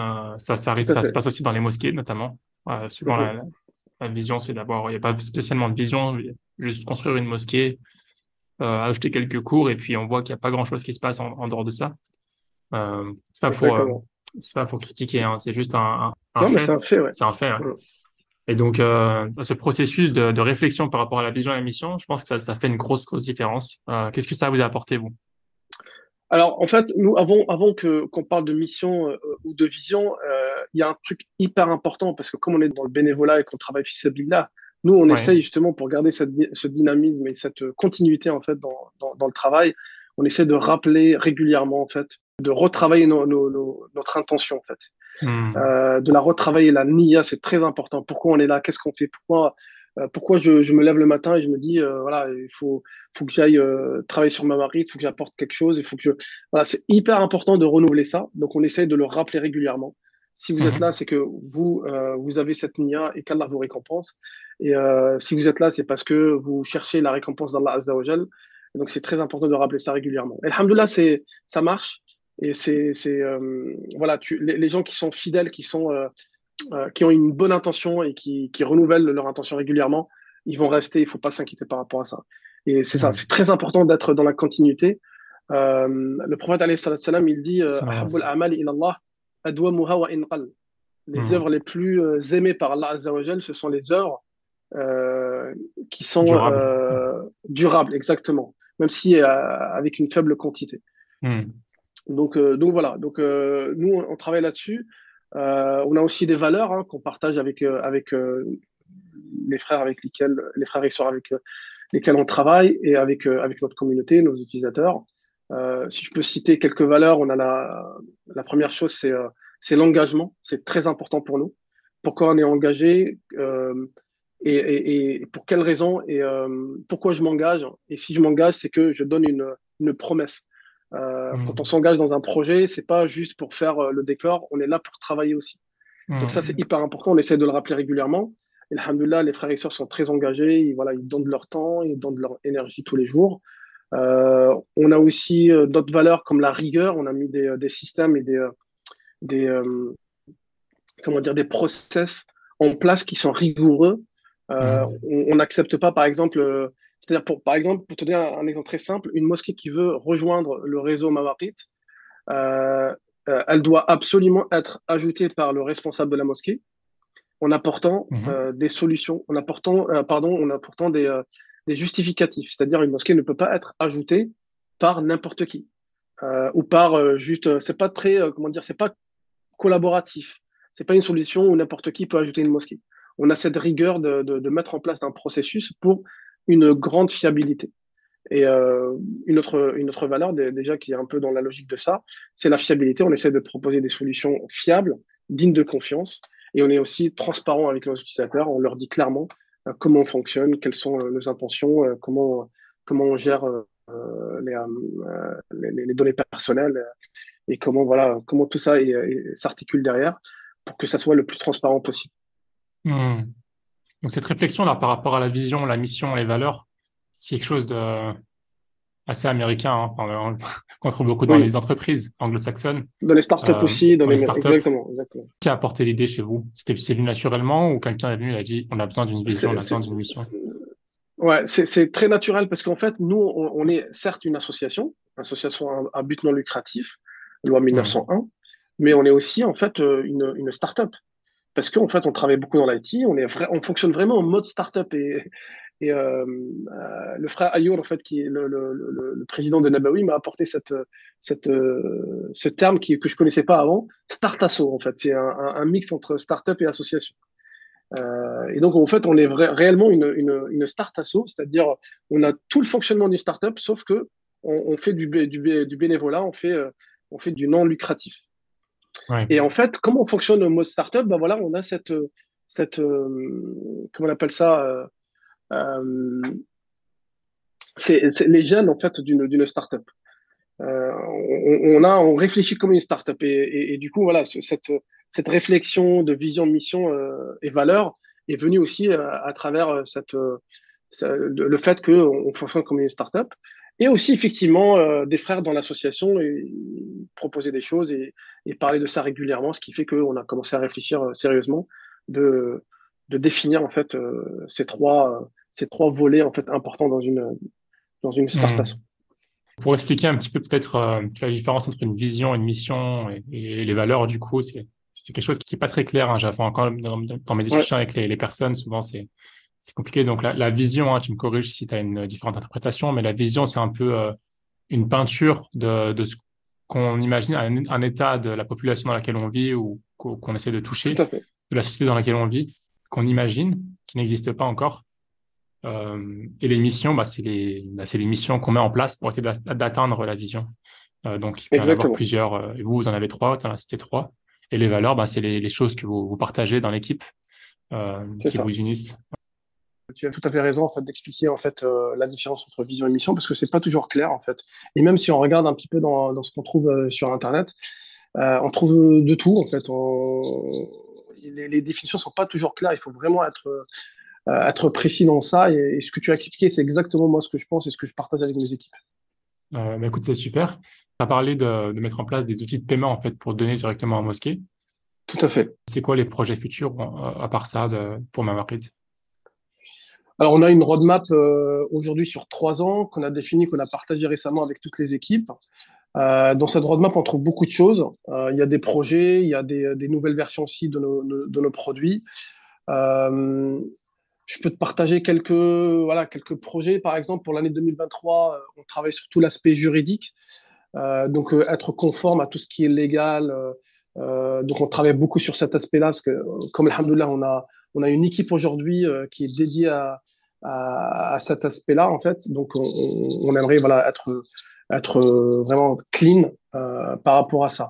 Ça arrive, Tout à ça se fait. passe aussi dans les mosquées notamment. Souvent Mhm. la vision, c'est d'abord, il n'y a pas spécialement de vision, juste construire une mosquée, ajouter quelques cours et puis on voit qu'il n'y a pas grand-chose qui se passe en dehors de ça. Euh, c'est pas pour, euh, Exactement. c'est pas pour critiquer, hein, c'est juste un Non, mais c'est fait. un fait, ouais. C'est un fait, ouais. Mhm. Et donc, ce processus de réflexion par rapport à la vision et la mission, je pense que ça fait une grosse différence. Qu'est-ce que ça vous a apporté, vous? Alors, en fait, nous, avant qu'on parle de mission ou de vision, il y a un truc hyper important parce que comme on est dans le bénévolat et qu'on travaille fils là, nous, on Ouais. essaye justement pour garder ce dynamisme et cette continuité en fait dans le travail, on essaie de rappeler régulièrement en fait, de retravailler notre intention en fait. Hmm. De la retravailler. La niya, c'est très important. Pourquoi on est là? Qu'est-ce qu'on fait? Pourquoi je me lève le matin et je me dis, voilà, il faut que j'aille travailler sur ma marque, il faut que j'apporte quelque chose, il faut que je... Voilà, c'est hyper important de renouveler ça. Donc, on essaye de le rappeler régulièrement. Si vous êtes là, Mhm. c'est que vous avez cette niya et qu'Allah vous récompense. Et si vous êtes là, c'est parce que vous cherchez la récompense d'Allah Azza wa Jal. Et donc, c'est très important de rappeler ça régulièrement. Et alhamdoulilah, ça marche. Et voilà, les gens qui sont fidèles, qui ont une bonne intention et qui renouvellent leur intention régulièrement, ils vont rester. Il ne faut pas s'inquiéter par rapport à ça. Et c'est ça, Hmm. c'est très important d'être dans la continuité. Le prophète, alayhi salatu wassalam, il dit Ça va, Ahabbul a'mali ila Allah, adwamuha wa in qall. Les hmm. œuvres les plus aimées par Allah Azza wa Jal, ce sont les œuvres qui sont Durable. durables, exactement, même si avec une faible quantité. Hmm. Donc voilà, nous on travaille là-dessus. On a aussi des valeurs qu'on partage avec les frères et sœurs avec lesquels on travaille et avec notre communauté, nos utilisateurs. Si je peux citer quelques valeurs, on a la première chose, c'est l'engagement. C'est très important pour nous. Pourquoi on est engagé et pour quelles raisons et pourquoi je m'engage. Et si je m'engage, c'est que je donne une promesse. Quand on Hmm. s'engage dans un projet, c'est pas juste pour faire le décor, on est là pour travailler aussi. Donc ça, c'est Hmm. hyper important. On essaie de le rappeler régulièrement. Et alhamdoulilah, les frères et sœurs sont très engagés. Voilà, ils donnent de leur temps, ils donnent de leur énergie tous les jours. On a aussi d'autres valeurs comme la rigueur. On a mis des systèmes et des, euh, comment dire, des process en place qui sont rigoureux. Hmm. On n'accepte pas, par exemple, c'est-à-dire par exemple, pour te donner un exemple très simple, une mosquée qui veut rejoindre le réseau Mawarit, euh, elle doit absolument être ajoutée par le responsable de la mosquée en apportant Mhm. des solutions, en apportant des justificatifs. C'est-à-dire une mosquée ne peut pas être ajoutée par n'importe qui ou par juste. C'est pas très, comment dire, c'est pas collaboratif. C'est pas une solution où n'importe qui peut ajouter une mosquée. On a cette rigueur de mettre en place un processus pour une grande fiabilité. Et une autre valeur, déjà, qui est un peu dans la logique de ça, c'est la fiabilité. On essaie de proposer des solutions fiables, dignes de confiance. Et on est aussi transparent avec nos utilisateurs. On leur dit clairement comment on fonctionne, quelles sont nos intentions, comment on gère les données personnelles et comment tout ça s'articule derrière pour que ça soit le plus transparent possible. Hmm. Donc cette réflexion-là par rapport à la vision, la mission, les valeurs, c'est quelque chose de assez américain, hein. Enfin, qu'on trouve beaucoup dans les Oui, entreprises anglo-saxonnes, dans les startups aussi, dans les startups. exactement, exactement. Qui a apporté l'idée chez vous? C'est venu naturellement ou quelqu'un est venu et a dit, on a besoin d'une vision, on C'est, a besoin c'est, d'une mission? ouais, c'est très naturel parce qu'en fait, nous, on est certes une association à but non lucratif, loi Hmm. 1901, mais on est aussi en fait une start-up. Parce qu'en fait, on travaille beaucoup dans l'IT, on fonctionne vraiment en mode start-up. Le frère Ayour, en fait, qui est le président de Nabawi, m'a apporté ce terme que je connaissais pas avant, Start-asso, en fait. C'est un mix entre start-up et association. Et donc, en fait, on est réellement une start-asso, c'est-à-dire on a tout le fonctionnement d'une start-up, sauf que on fait du bénévolat, on fait du non lucratif. Ouais. Et en fait, comment on fonctionne au mode startup? Ben voilà, on a comment on appelle ça? Euh, c'est les gènes en fait d'une startup. On réfléchit comme une startup et du coup voilà, cette réflexion de vision, de mission et valeur est venue aussi à travers le fait qu'on fonctionne comme une startup. Et aussi, effectivement, des frères dans l'association proposaient des choses et parlaient de ça régulièrement, ce qui fait qu'on a commencé à réfléchir sérieusement de, de définir en fait ces trois volets en fait importants dans une Hmm. startup. Pour expliquer un petit peu peut-être la différence entre une vision, une mission et les valeurs, du coup, c'est quelque chose qui est pas très clair, hein. J'avais encore dans mes Ouais, discussions avec les personnes, souvent c'est compliqué. Donc la vision, hein, tu me corriges si tu as une différente interprétation, mais la vision, c'est un peu une peinture de ce qu'on imagine, un état de la population dans laquelle on vit ou qu'on essaie de tout toucher, à fait. de la société dans laquelle on vit, qu'on imagine, qui n'existe pas encore. Et les missions, c'est les missions qu'on met en place pour essayer d'atteindre la vision. Donc, il peut y en avoir Exactement. plusieurs. Et vous en avez trois, tu en as cité trois. Et les valeurs, c'est les choses que vous partagez dans l'équipe, C'est qui vous ça. unissent. Tu as tout à fait raison en fait d'expliquer en fait la différence entre vision et mission parce que c'est pas toujours clair en fait. Et même si on regarde un petit peu dans ce qu'on trouve sur Internet, on trouve de tout en fait. Les définitions sont pas toujours claires. Il faut vraiment être précis dans ça. Et ce que tu as expliqué, c'est exactement moi ce que je pense et ce que je partage avec mes équipes. Écoute, c'est super. Tu as parlé de mettre en place des outils de paiement en fait pour donner directement en mosquée. Tout à fait. C'est quoi les projets futurs à part ça pour Mamarit? Alors, on a une roadmap aujourd'hui sur 3 ans qu'on a définie, qu'on a partagée récemment avec toutes les équipes. Dans cette roadmap, on trouve beaucoup de choses. Il y a des projets, il y a des nouvelles versions aussi de nos produits. Euh, je peux te partager quelques projets. Par exemple, pour l'année 2023, on travaille sur tout l'aspect juridique. Donc, être conforme à tout ce qui est légal. Donc, on travaille beaucoup sur cet aspect-là parce que, comme alhamdoulilah, on a une équipe aujourd'hui qui est dédiée à cet aspect-là, en fait. Donc, on aimerait voilà, être vraiment clean par rapport à ça.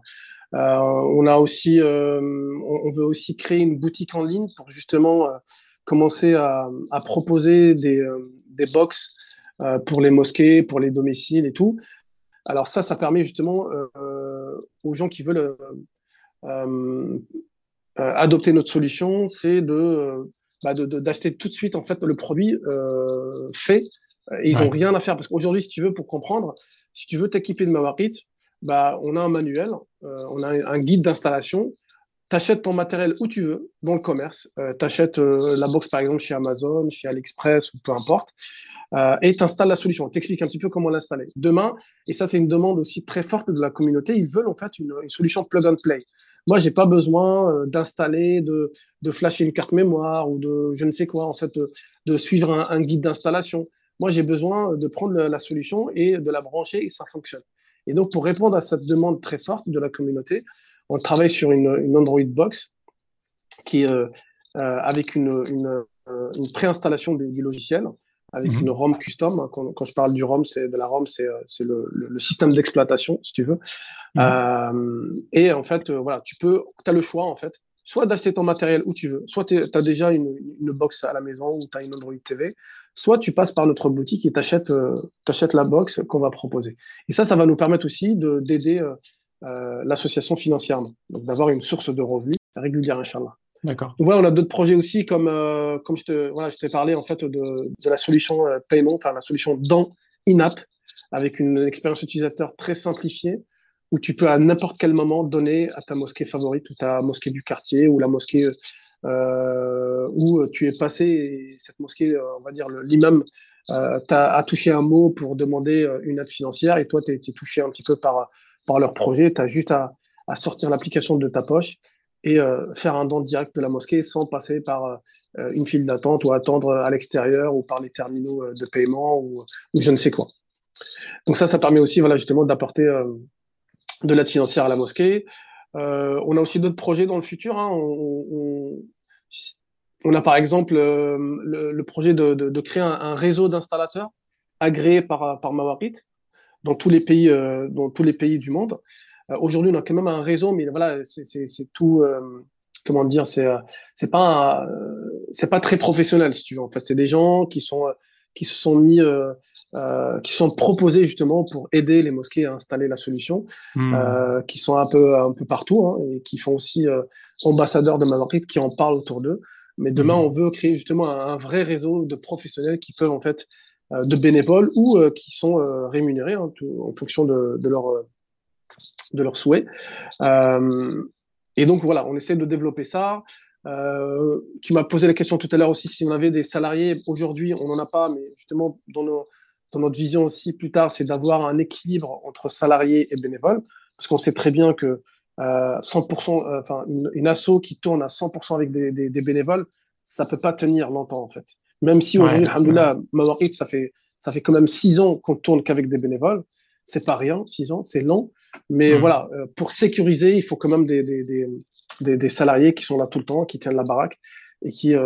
On veut aussi créer une boutique en ligne pour justement commencer à proposer des box pour les mosquées, pour les domiciles et tout. Alors ça permet justement aux gens qui veulent euh, adopter notre solution, c'est d'acheter tout de suite en fait le produit fait. Et ils ont Ouais. rien à faire parce qu'aujourd'hui, si tu veux, pour comprendre, si tu veux t'équiper de Mawarit, on a un manuel, on a un guide d'installation. T'achètes ton matériel où tu veux, dans le commerce. T'achètes la box, par exemple, chez Amazon, chez AliExpress ou peu importe. Et t'installes la solution. T'expliques un petit peu comment l'installer. Demain, et ça, c'est une demande aussi très forte de la communauté, ils veulent en fait une solution plug and play. Moi, j'ai pas besoin d'installer, de flasher une carte mémoire ou de je ne sais quoi, en fait, de suivre un guide d'installation. Moi, j'ai besoin de prendre la solution et de la brancher et ça fonctionne. Et donc, pour répondre à cette demande très forte de la communauté, on travaille sur une Android Box qui est avec une préinstallation du logiciel, avec une Mhm. ROM custom. Quand je parle du ROM, c'est de la ROM, c'est le système d'exploitation, si tu veux. Mhm. Et en fait, voilà, tu as le choix, en fait, soit d'acheter ton matériel où tu veux, soit tu as déjà une box à la maison ou tu as une Android TV, soit tu passes par notre boutique et t'achètes la box qu'on va proposer. Et ça va nous permettre aussi d'aider l'association financièrement, donc d'avoir une source de revenus régulière, Inch'Allah. D'accord. Donc voilà, on a d'autres projets aussi, comme je t'ai parlé en fait de la solution paiement, enfin la solution dans in-app, avec une expérience utilisateur très simplifiée, où tu peux à n'importe quel moment donner à ta mosquée favorite ou ta mosquée du quartier ou la mosquée où tu es passé, et cette mosquée, on va dire l'imam, a touché un mot pour demander une aide financière, et toi, tu es touché un petit peu par leur projet. Tu as juste à sortir l'application de ta poche et faire un don direct de la mosquée sans passer par une file d'attente ou attendre à l'extérieur ou par les terminaux de paiement ou je ne sais quoi. Donc ça permet aussi, voilà, justement, d'apporter de l'aide financière à la mosquée. On a aussi d'autres projets dans le futur, hein. On a par exemple le projet de créer un réseau d'installateurs agréés par Mawarit dans tous les pays du monde. Aujourd'hui, on a quand même un réseau, mais voilà, c'est tout. Comment dire, c'est pas très professionnel, si tu veux. En fait, c'est des gens qui se sont qui sont proposés justement pour aider les mosquées à installer la solution, Hmm. qui sont un peu partout, hein, et qui font aussi ambassadeurs de Maverick, qui en parlent autour d'eux. Mais demain, on Mhm. veut créer justement un vrai réseau de professionnels qui peuvent en fait de bénévoles ou qui sont rémunérés, hein, en fonction de leurs souhaits. Euh, et donc voilà, on essaie de développer ça. Tu m'as posé la question tout à l'heure aussi si on avait des salariés. Aujourd'hui, on n'en a pas, mais justement, dans notre vision aussi plus tard, c'est d'avoir un équilibre entre salariés et bénévoles, parce qu'on sait très bien que 100%, enfin, une asso qui tourne à 100% avec des bénévoles, ça peut pas tenir longtemps en fait. Même si Ouais, aujourd'hui, effectivement. alhamdoulilah, Mawarid, ça fait quand même 6 ans qu'on tourne qu'avec des bénévoles. C'est pas rien, 6 ans, c'est long. Mais Hmm. voilà, pour sécuriser, il faut quand même des salariés qui sont là tout le temps, qui tiennent la baraque et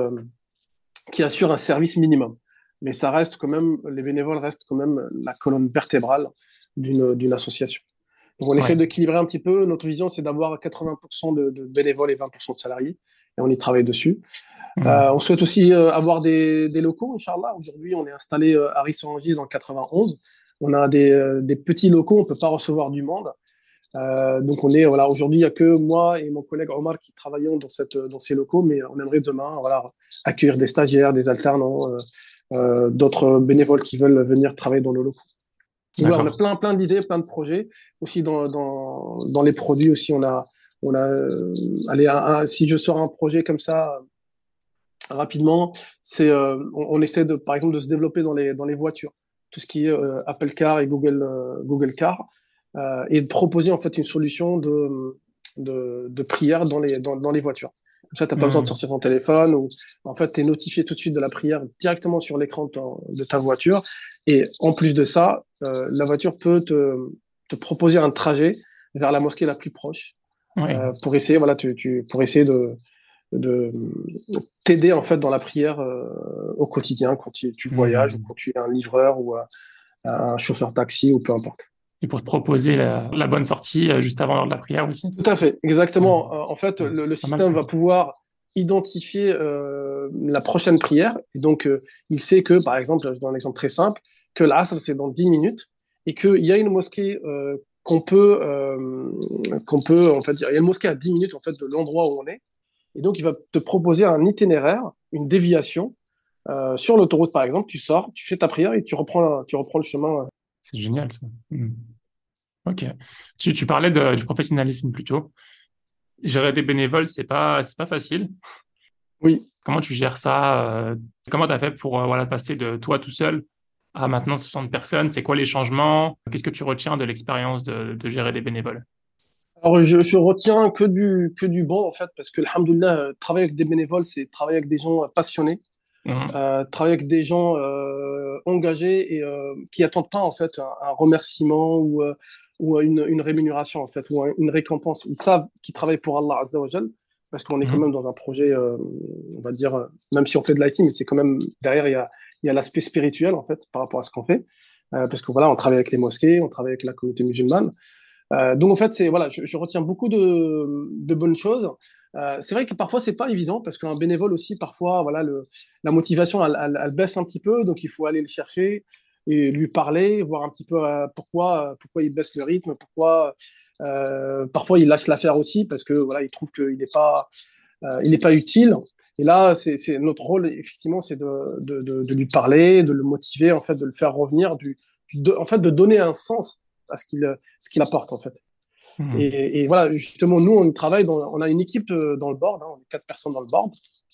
qui assurent un service minimum. Mais ça reste quand même, les bénévoles restent quand même la colonne vertébrale d'une association. Donc on essaie Ouais. d'équilibrer un petit peu. Notre vision, c'est d'avoir 80% de bénévoles et 20% de salariés. Et on y travaille dessus. On Hmm. souhaite aussi avoir des locaux, Inch'Allah. Aujourd'hui, on est installé à Rissorangis dans le 91. On a des petits locaux, on ne peut pas recevoir du monde. Donc voilà, aujourd'hui, il n'y a que moi et mon collègue Omar qui travaillons dans ces locaux, mais on aimerait demain, voilà, accueillir des stagiaires, des alternants, d'autres bénévoles qui veulent venir travailler dans nos locaux. Donc voilà, on a D'accord. plein d'idées, plein de projets. Aussi dans les produits aussi, on a allez, si je sors un projet comme ça rapidement, on essaie par exemple de se développer dans les voitures, tout ce qui est Apple Car et Google Car, et de proposer en fait une solution de prière dans les voitures. Comme ça, tu n'as pas besoin de Hmm. sortir ton téléphone, ou en fait, tu es notifié tout de suite de la prière directement sur l'écran de ta voiture. Et en plus de ça, la voiture peut te proposer un trajet vers la mosquée la plus proche, Ouais. pour essayer, voilà, pour essayer de t'aider en fait dans la prière au quotidien quand tu voyages ou Hmm. quand tu es un livreur ou un chauffeur taxi ou peu importe. Et pour te proposer la bonne sortie juste avant l'heure de la prière aussi. Tout à fait, Hmm. exactement. En fait, Hmm. le Pas mal système ça. va pouvoir identifier la prochaine prière. Et donc, il sait que, par exemple, je donne un exemple très simple, que l'Asr, c'est dans 10 minutes et qu'il y a une mosquée en fait, il y a une mosquée à 10 minutes en fait, de l'endroit où on est. Et donc, il va te proposer un itinéraire, une déviation. Sur l'autoroute, par exemple, tu sors, tu fais ta prière et tu reprends le chemin. C'est génial ça. Hmm. Ok. Tu parlais du professionnalisme plutôt. Gérer des bénévoles, c'est pas facile. Oui. Comment tu gères ça? Comment tu as fait pour voilà, passer de toi tout seul à maintenant 60 personnes? C'est quoi les changements? Qu'est-ce que tu retiens de l'expérience de gérer des bénévoles? Alors, je retiens que du bon, en fait, parce que, alhamdoulilah, travailler avec des bénévoles, c'est travailler avec des gens passionnés, Mhm. travailler avec des gens engagés et qui attendent pas, en fait, un remerciement ou une rémunération, en fait, ou une récompense. Ils savent qu'ils travaillent pour Allah Azza wa Jal, parce qu'on est quand même Mhm. dans un projet, on va dire, même si on fait de l'IT, mais c'est quand même, derrière, il y a l'aspect spirituel, en fait, par rapport à ce qu'on fait. Parce que voilà, on travaille avec les mosquées, on travaille avec la communauté musulmane. Donc en fait, c'est voilà, je retiens beaucoup de bonnes choses. C'est vrai que parfois c'est pas évident parce qu'un bénévole aussi parfois voilà la motivation elle baisse un petit peu donc il faut aller le chercher et lui parler voir un petit peu pourquoi il baisse le rythme pourquoi parfois il lâche l'affaire aussi parce que voilà il trouve qu'il n'est pas il n'est pas utile et là c'est notre rôle effectivement c'est de lui parler de le motiver en fait de le faire revenir en fait de donner un sens à ce qu'il apporte en fait. Hmm. Et voilà, justement, nous, on a une équipe dans le board, hein, on est 4 personnes dans le board.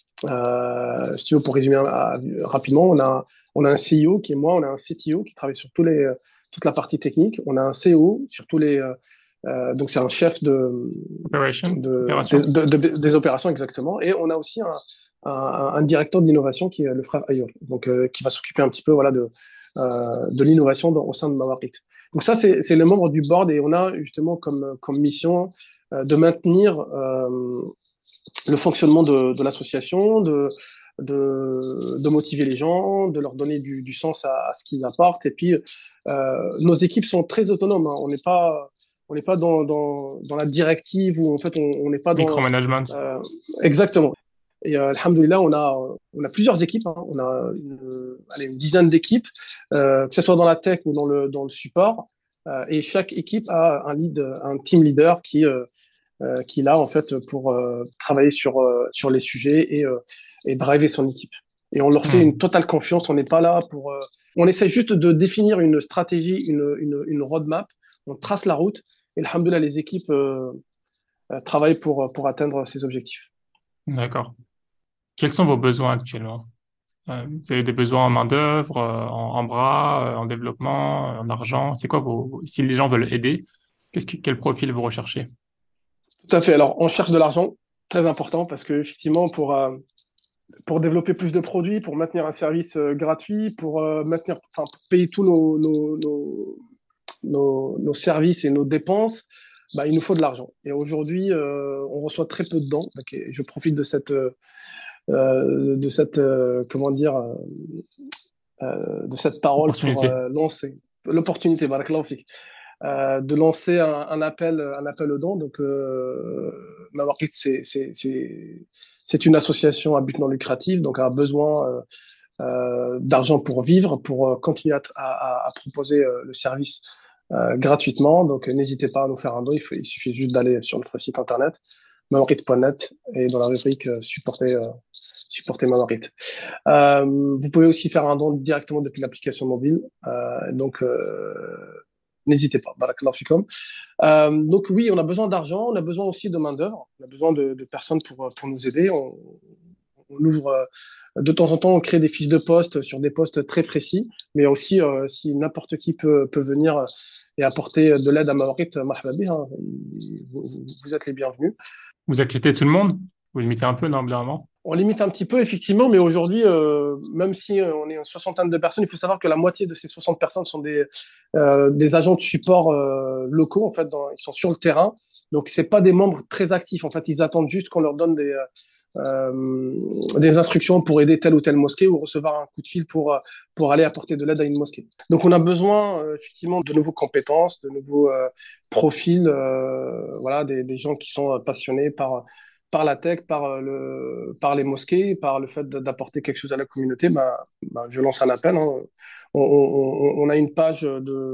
Si tu veux, pour résumer rapidement, on a un CEO qui est moi, on a un CTO qui travaille sur toute la partie technique, on a un CO sur donc c'est un chef Opération. des opérations exactement, et on a aussi un directeur d'innovation qui est le frère Ayoub, donc qui va s'occuper un petit peu voilà de l'innovation au sein de Mawarit. Donc ça c'est les membres du board et on a justement comme mission de maintenir le fonctionnement de l'association, de motiver les gens, de leur donner du sens à ce qu'ils apportent. Et puis, nos équipes sont très autonomes, hein. On n'est pas dans la directive ou en fait, on n'est pas dans. Micromanagement. euh, exactement. Et alhamdoulilah, on a plusieurs équipes, hein. On a allez, une dizaine d'équipes, que ce soit dans la tech ou dans le support. Et chaque équipe a un team leader qui est là en fait pour travailler sur les sujets et driver son équipe. Et on leur fait une Hmm. totale confiance. On n'est pas là pour. On essaie juste de définir une stratégie, une roadmap. On trace la route. Et alhamdoulilah, les équipes travaillent pour atteindre ces objectifs. D'accord. Quels sont vos besoins actuellement? Vous avez des besoins en main-d'œuvre, en bras, en développement, en argent? C'est quoi si les gens veulent aider, quel profil vous recherchez? Tout à fait. Alors, on cherche de l'argent, très important, parce que effectivement, pour développer plus de produits, pour maintenir un service gratuit, pour payer tous nos services et nos dépenses, bah, il nous faut de l'argent. Et aujourd'hui, on reçoit très peu de dons. Donc, je profite comment dire, de cette parole pour Opportunité. lancer l'opportunité, barakallahu fik, de lancer un appel aux dons. Donc, Mawarkit, c'est une association à but non lucratif, donc a besoin d'argent pour vivre, pour continuer à proposer le service gratuitement. Donc, n'hésitez pas à nous faire un don. Il suffit juste d'aller sur notre site internet, mawarit.net, et dans la rubrique supporter Mawarit. Vous pouvez aussi faire un don directement depuis l'application mobile. Donc, n'hésitez pas. Barakallahu fikum. Donc oui, on a besoin d'argent, on a besoin aussi de main-d'œuvre, on a besoin de personnes pour nous aider. On ouvre de temps en temps, on crée des fiches de poste sur des postes très précis, mais aussi si n'importe qui peut venir et apporter de l'aide à Mawarit, marhaba bih, hein. Vous êtes les bienvenus. Vous acceptez tout le monde? Vous limitez un peu, non, normalement? On limite un petit peu, effectivement, mais aujourd'hui, même si on est une soixantaine de personnes, il faut savoir que la moitié de ces 60 personnes sont des agents de support locaux, en fait, ils sont sur le terrain. Donc, c'est pas des membres très actifs. En fait, ils attendent juste qu'on leur donne des instructions pour aider telle ou telle mosquée ou recevoir un coup de fil pour aller apporter de l'aide à une mosquée. Donc, on a besoin, effectivement, de nouveaux compétences, de nouveaux profils, voilà, des gens qui sont passionnés par la tech, par les mosquées, par le fait d'apporter quelque chose à la communauté, je lance un appel, hein. On a une page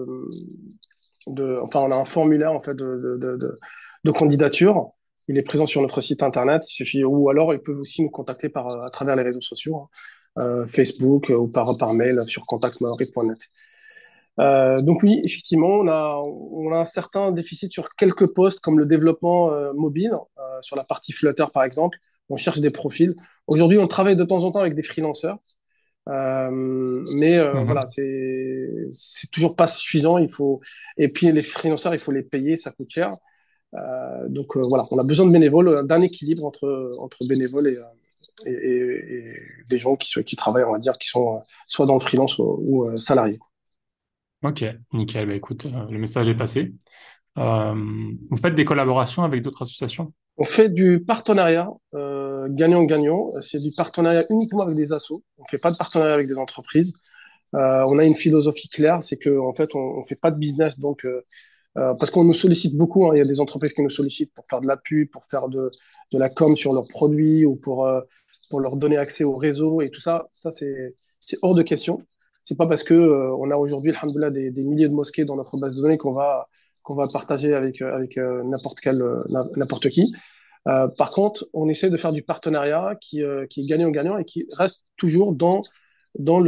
enfin, on a un formulaire en fait de candidature. Il est présent sur notre site internet. Il suffit, ou alors ils peuvent aussi nous contacter à travers les réseaux sociaux, hein, Facebook ou par mail sur contact.maori.net. Donc oui, effectivement, on a un certain déficit sur quelques postes comme le développement mobile, sur la partie Flutter par exemple. On cherche des profils. Aujourd'hui, on travaille de temps en temps avec des freelanceurs, mais voilà, Mhm. c'est toujours pas suffisant. Et puis les freelanceurs, il faut les payer, ça coûte cher. Donc voilà, on a besoin de bénévoles, d'un équilibre entre bénévoles et des gens qui travaillent, on va dire, qui sont soit dans le freelance ou salariés. Ok, nickel. Bah, écoute, le message est passé. Vous faites des collaborations avec d'autres associations? On fait du partenariat gagnant-gagnant. C'est du partenariat uniquement avec des assos. On ne fait pas de partenariat avec des entreprises. On a une philosophie claire, c'est qu'en fait, on fait pas de business. Donc, parce qu'on nous sollicite beaucoup, hein. Il y a des entreprises qui nous sollicitent pour faire de la pub, pour faire de la com sur leurs produits ou pour leur donner accès au réseau et tout ça. Ça, c'est hors de question. C'est pas parce que on a aujourd'hui, alhamdoulilah, des milliers de mosquées dans notre base de données qu'on va partager avec n'importe qui. Par contre, on essaie de faire du partenariat qui est gagnant-gagnant et qui reste toujours dans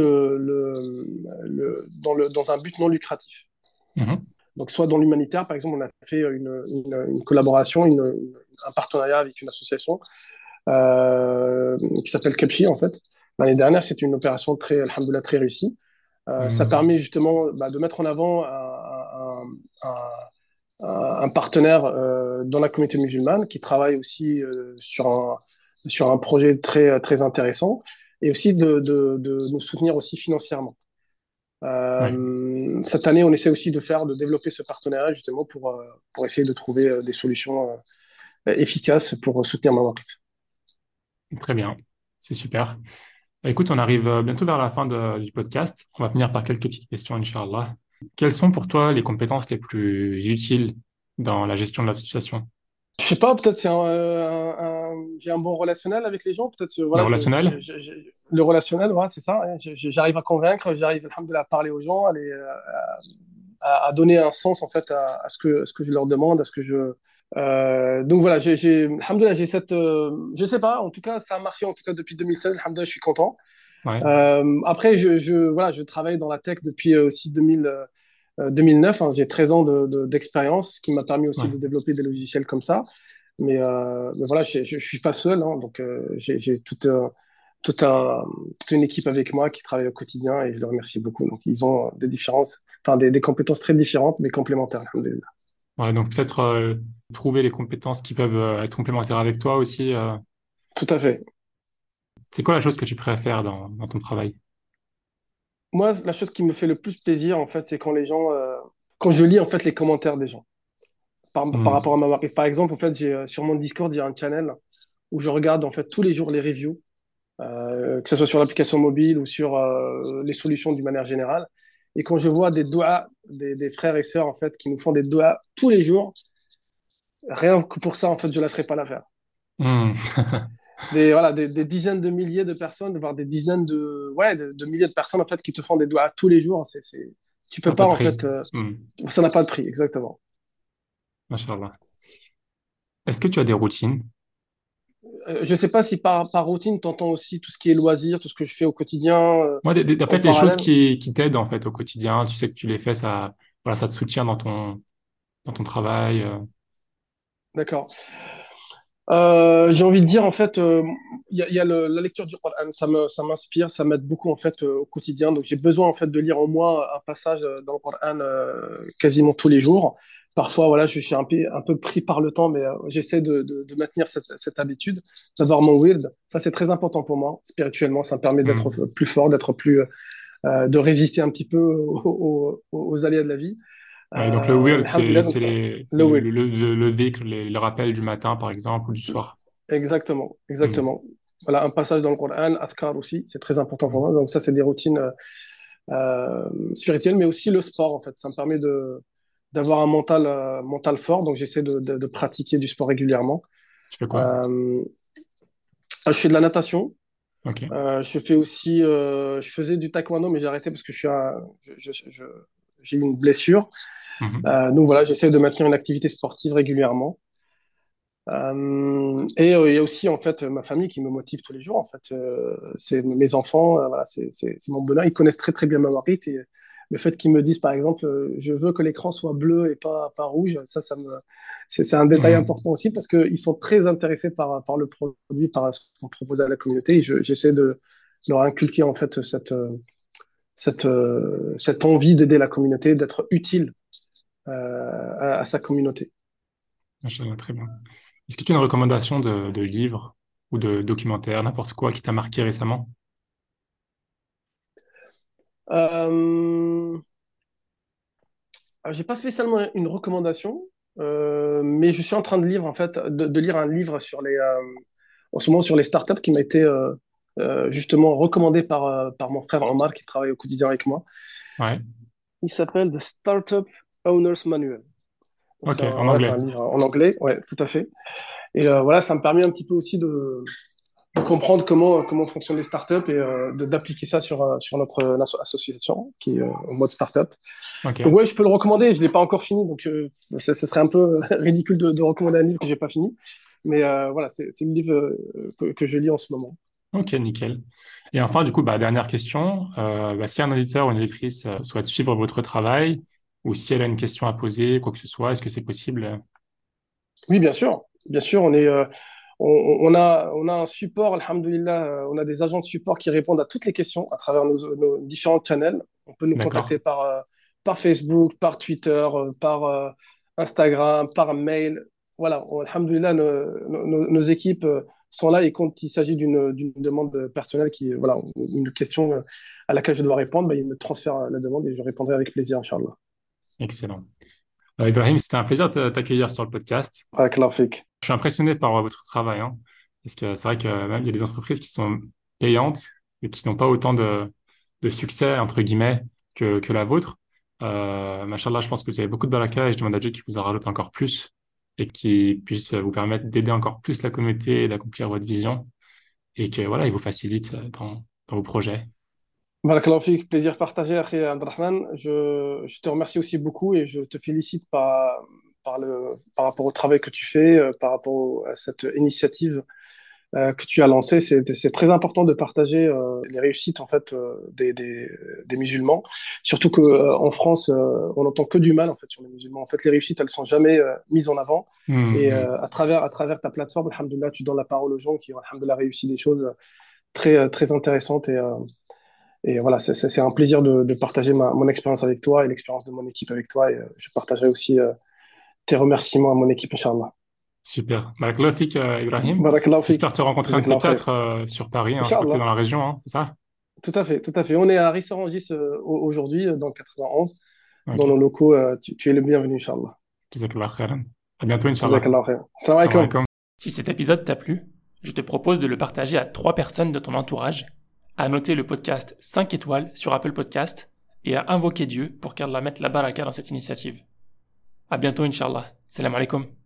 dans un but non lucratif. Mhm. Donc, soit dans l'humanitaire, par exemple, on a fait une collaboration, un partenariat avec une association qui s'appelle Kepchi, en fait. L'année dernière, c'était une opération alhamdoulilah, très réussie. Ça Mhm. permet justement de mettre en avant un, un partenaire dans la communauté musulmane qui travaille aussi sur un projet très intéressant et aussi de nous soutenir aussi financièrement. Ouais. Cette année, on essaie aussi de développer ce partenariat justement pour essayer de trouver des solutions efficaces pour soutenir ma marque. Très bien. C'est super. Bah, écoute, on arrive bientôt vers la fin du podcast. On va finir par quelques petites questions, Inch'Allah. Quelles sont pour toi les compétences les plus utiles dans la gestion de la situation? Je sais pas, peut-être j'ai un bon relationnel avec les gens, peut-être Le voilà, relationnel? le relationnel, voilà, c'est ça. Hein. J'arrive à convaincre, j'arrive alhamdoulilah, à parler aux gens, à donner un sens en fait ce que je leur demande, à ce que je. Donc voilà, alhamdoulilah, j'ai je sais pas, en tout cas, ça a marché en tout cas depuis 2016. Alhamdoulilah, je suis content. Ouais, Après, voilà, je travaille dans la tech depuis aussi 2009. Hein. J'ai 13 ans d'expérience, ce qui m'a permis aussi ouais. de développer des logiciels comme ça. Mais voilà, je suis pas seul, hein, donc j'ai toute, toute une équipe avec moi qui travaille au quotidien et je les remercie beaucoup. Donc ils ont des différences, enfin des compétences très différentes mais complémentaires. Alhamdoulilah. Ouais, donc peut-être trouver les compétences qui peuvent être complémentaires avec toi aussi. Tout à fait. C'est quoi la chose que tu préfères dans ton travail? Moi, la chose qui me fait le plus plaisir, en fait, c'est quand je lis en fait les commentaires des gens par Hmm. rapport à ma marque. Par exemple, en fait, sur mon Discord, j'ai un channel où je regarde en fait tous les jours les reviews, que ce soit sur l'application mobile ou sur les solutions d'une manière générale. Et quand je vois des doigts, des frères et sœurs en fait qui nous font des doigts tous les jours, rien que pour ça, en fait, je ne lâcherai pas l'affaire. Hmm. Voilà, des dizaines de milliers de personnes, voire des dizaines de milliers de personnes en fait qui te font des doigts tous les jours. Tu Ça peux n'a pas pas de en prix. fait, Hmm. ça n'a pas de prix, exactement. Machallah. Est-ce que tu as des routines? Je sais pas si par routine, tu entends aussi tout ce qui est loisirs, tout ce que je fais au quotidien Moi, en en fait, les choses parallèle. qui t'aident en fait au quotidien, tu sais que tu les fais, ça, voilà, ça te soutient dans ton travail. D'accord. J'ai envie de dire, en fait, il y a la lecture du Coran, ça m'inspire, ça m'aide beaucoup, en fait, au quotidien. Donc, j'ai besoin, en fait, de lire au moins un passage dans le Coran quasiment tous les jours. Parfois, voilà, je suis un peu pris par le temps, mais j'essaie de maintenir cette habitude, d'avoir mon wird. Ça, c'est très important pour moi, spirituellement. Ça me permet d'être Hmm. plus fort, de résister un petit peu aux aléas de la vie. Ouais, donc le weird, Alhamdulillah, donc c'est ça, le wird. le dhikr, le rappel du matin, par exemple, ou du soir. Exactement, Hmm. exactement. Voilà, un passage dans le Coran, Adhkar aussi, c'est très important pour Hmm. moi. Donc ça, c'est des routines spirituelles, mais aussi le sport, en fait. Ça me permet d'avoir un mental fort, donc j'essaie de pratiquer du sport régulièrement. Tu fais quoi? Euh, je fais de la natation. Ok. Je fais aussi, je faisais du taekwondo, mais j'ai arrêté parce que j'ai eu une blessure. Mhm. Donc voilà, j'essaie de maintenir une activité sportive régulièrement. Et il y a aussi en fait ma famille qui me motive tous les jours. En fait, c'est mes enfants, voilà, c'est mon bonheur. Ils connaissent très bien ma marque et le fait qu'ils me disent par exemple, je veux que l'écran soit bleu et pas rouge, c'est un détail Mhm. important aussi parce qu'ils sont très intéressés par le produit, par ce qu'on propose à la communauté. Et j'essaie de leur inculquer en fait cette envie d'aider la communauté, d'être utile à sa communauté. Machallah, très bien. Est-ce que tu as une recommandation de livre ou de documentaire, n'importe quoi qui t'a marqué récemment? Euh, Alors, j'ai pas spécialement une recommandation, mais je suis en train de lire en fait, de lire un livre en ce moment sur les startups qui m'a été justement recommandé par mon frère Omar qui travaille au quotidien avec moi. Ouais. Il s'appelle The Startup Owner's Manual. Donc Ok, en voilà, c'est un anglais. livre en anglais, ouais, tout à fait. Et voilà, ça me permet un petit peu aussi de comprendre comment fonctionnent les startups et d'appliquer ça sur notre association qui est en mode startup. Donc Ok. ouais, je peux le recommander. Je l'ai pas encore fini, donc ce serait un peu ridicule de recommander un livre que j'ai pas fini. Mais voilà, c'est le livre que je lis en ce moment. Ok, nickel. Et enfin, du coup, dernière question. Si un auditeur ou une auditrice souhaite suivre votre travail, ou si elle a une question à poser, quoi que ce soit, est-ce que c'est possible? Oui, bien sûr. Bien sûr, on a un support, alhamdoulilah, on a des agents de support qui répondent à toutes les questions à travers nos différents channels. On peut nous D'accord. contacter par Facebook, par Twitter, par Instagram, par mail. Voilà, alhamdoulilah, nos équipes sont là et quand il s'agit d'une demande personnelle voilà, une question à laquelle je dois répondre, ils me transfèrent la demande et je répondrai avec plaisir, Inch'Allah. Excellent. Ibrahim, c'était un plaisir de t'accueillir sur le podcast. Barakallahu fik. Je suis impressionné par votre travail, hein, parce que c'est vrai que même il y a des entreprises qui sont payantes et qui n'ont pas autant de succès, entre guillemets, que la vôtre. Machallah, je pense que vous avez beaucoup de baraka et je demande à Dieu qu'il vous en rajoute encore plus et qu'il puisse vous permettre d'aider encore plus la communauté et d'accomplir votre vision et que voilà, il vous facilite dans vos projets. Barakallahu fik, plaisir partagé, Akhi Abdelrahman. Je te remercie aussi beaucoup et je te félicite par rapport au travail que tu fais, par rapport à cette initiative que tu as lancée. C'est très important de partager les réussites en fait des musulmans. Surtout que en France, on n'entend que du mal en fait sur les musulmans. En fait, les réussites, elles sont jamais mises en avant. Et Hmm, à travers ta plateforme, alhamdoulilah, tu donnes la parole aux gens qui ont alhamdoulilah réussi des choses très intéressantes et voilà, c'est un plaisir de partager mon expérience avec toi et l'expérience de mon équipe avec toi. Et je partagerai aussi tes remerciements à mon équipe, Inch'Allah. super. Barakallahu fik, Ibrahim. Barakallahu J'espère fik. te rencontrer un de ces Jazakallahu khair. quatre sur Paris, hein. Je crois que tu es dans Inch'Allah. la région, hein, c'est ça? Tout à fait, tout à fait. On est à Rissorangis aujourd'hui, dans le 91, dans nos Ok. locaux. Tu es le bienvenu, Inch'Allah. Jazakallah khairan. À bientôt, Inch'Allah. Jazakallahu khair. Salam Salam alaikum. alaikum. Si cet épisode t'a plu, je te propose de le partager à 3 personnes de ton entourage, à noter le podcast 5 étoiles sur Apple Podcast et à invoquer Dieu pour qu'Allah mette la baraka dans cette initiative. À bientôt, Inch'Allah. Salam alaikum.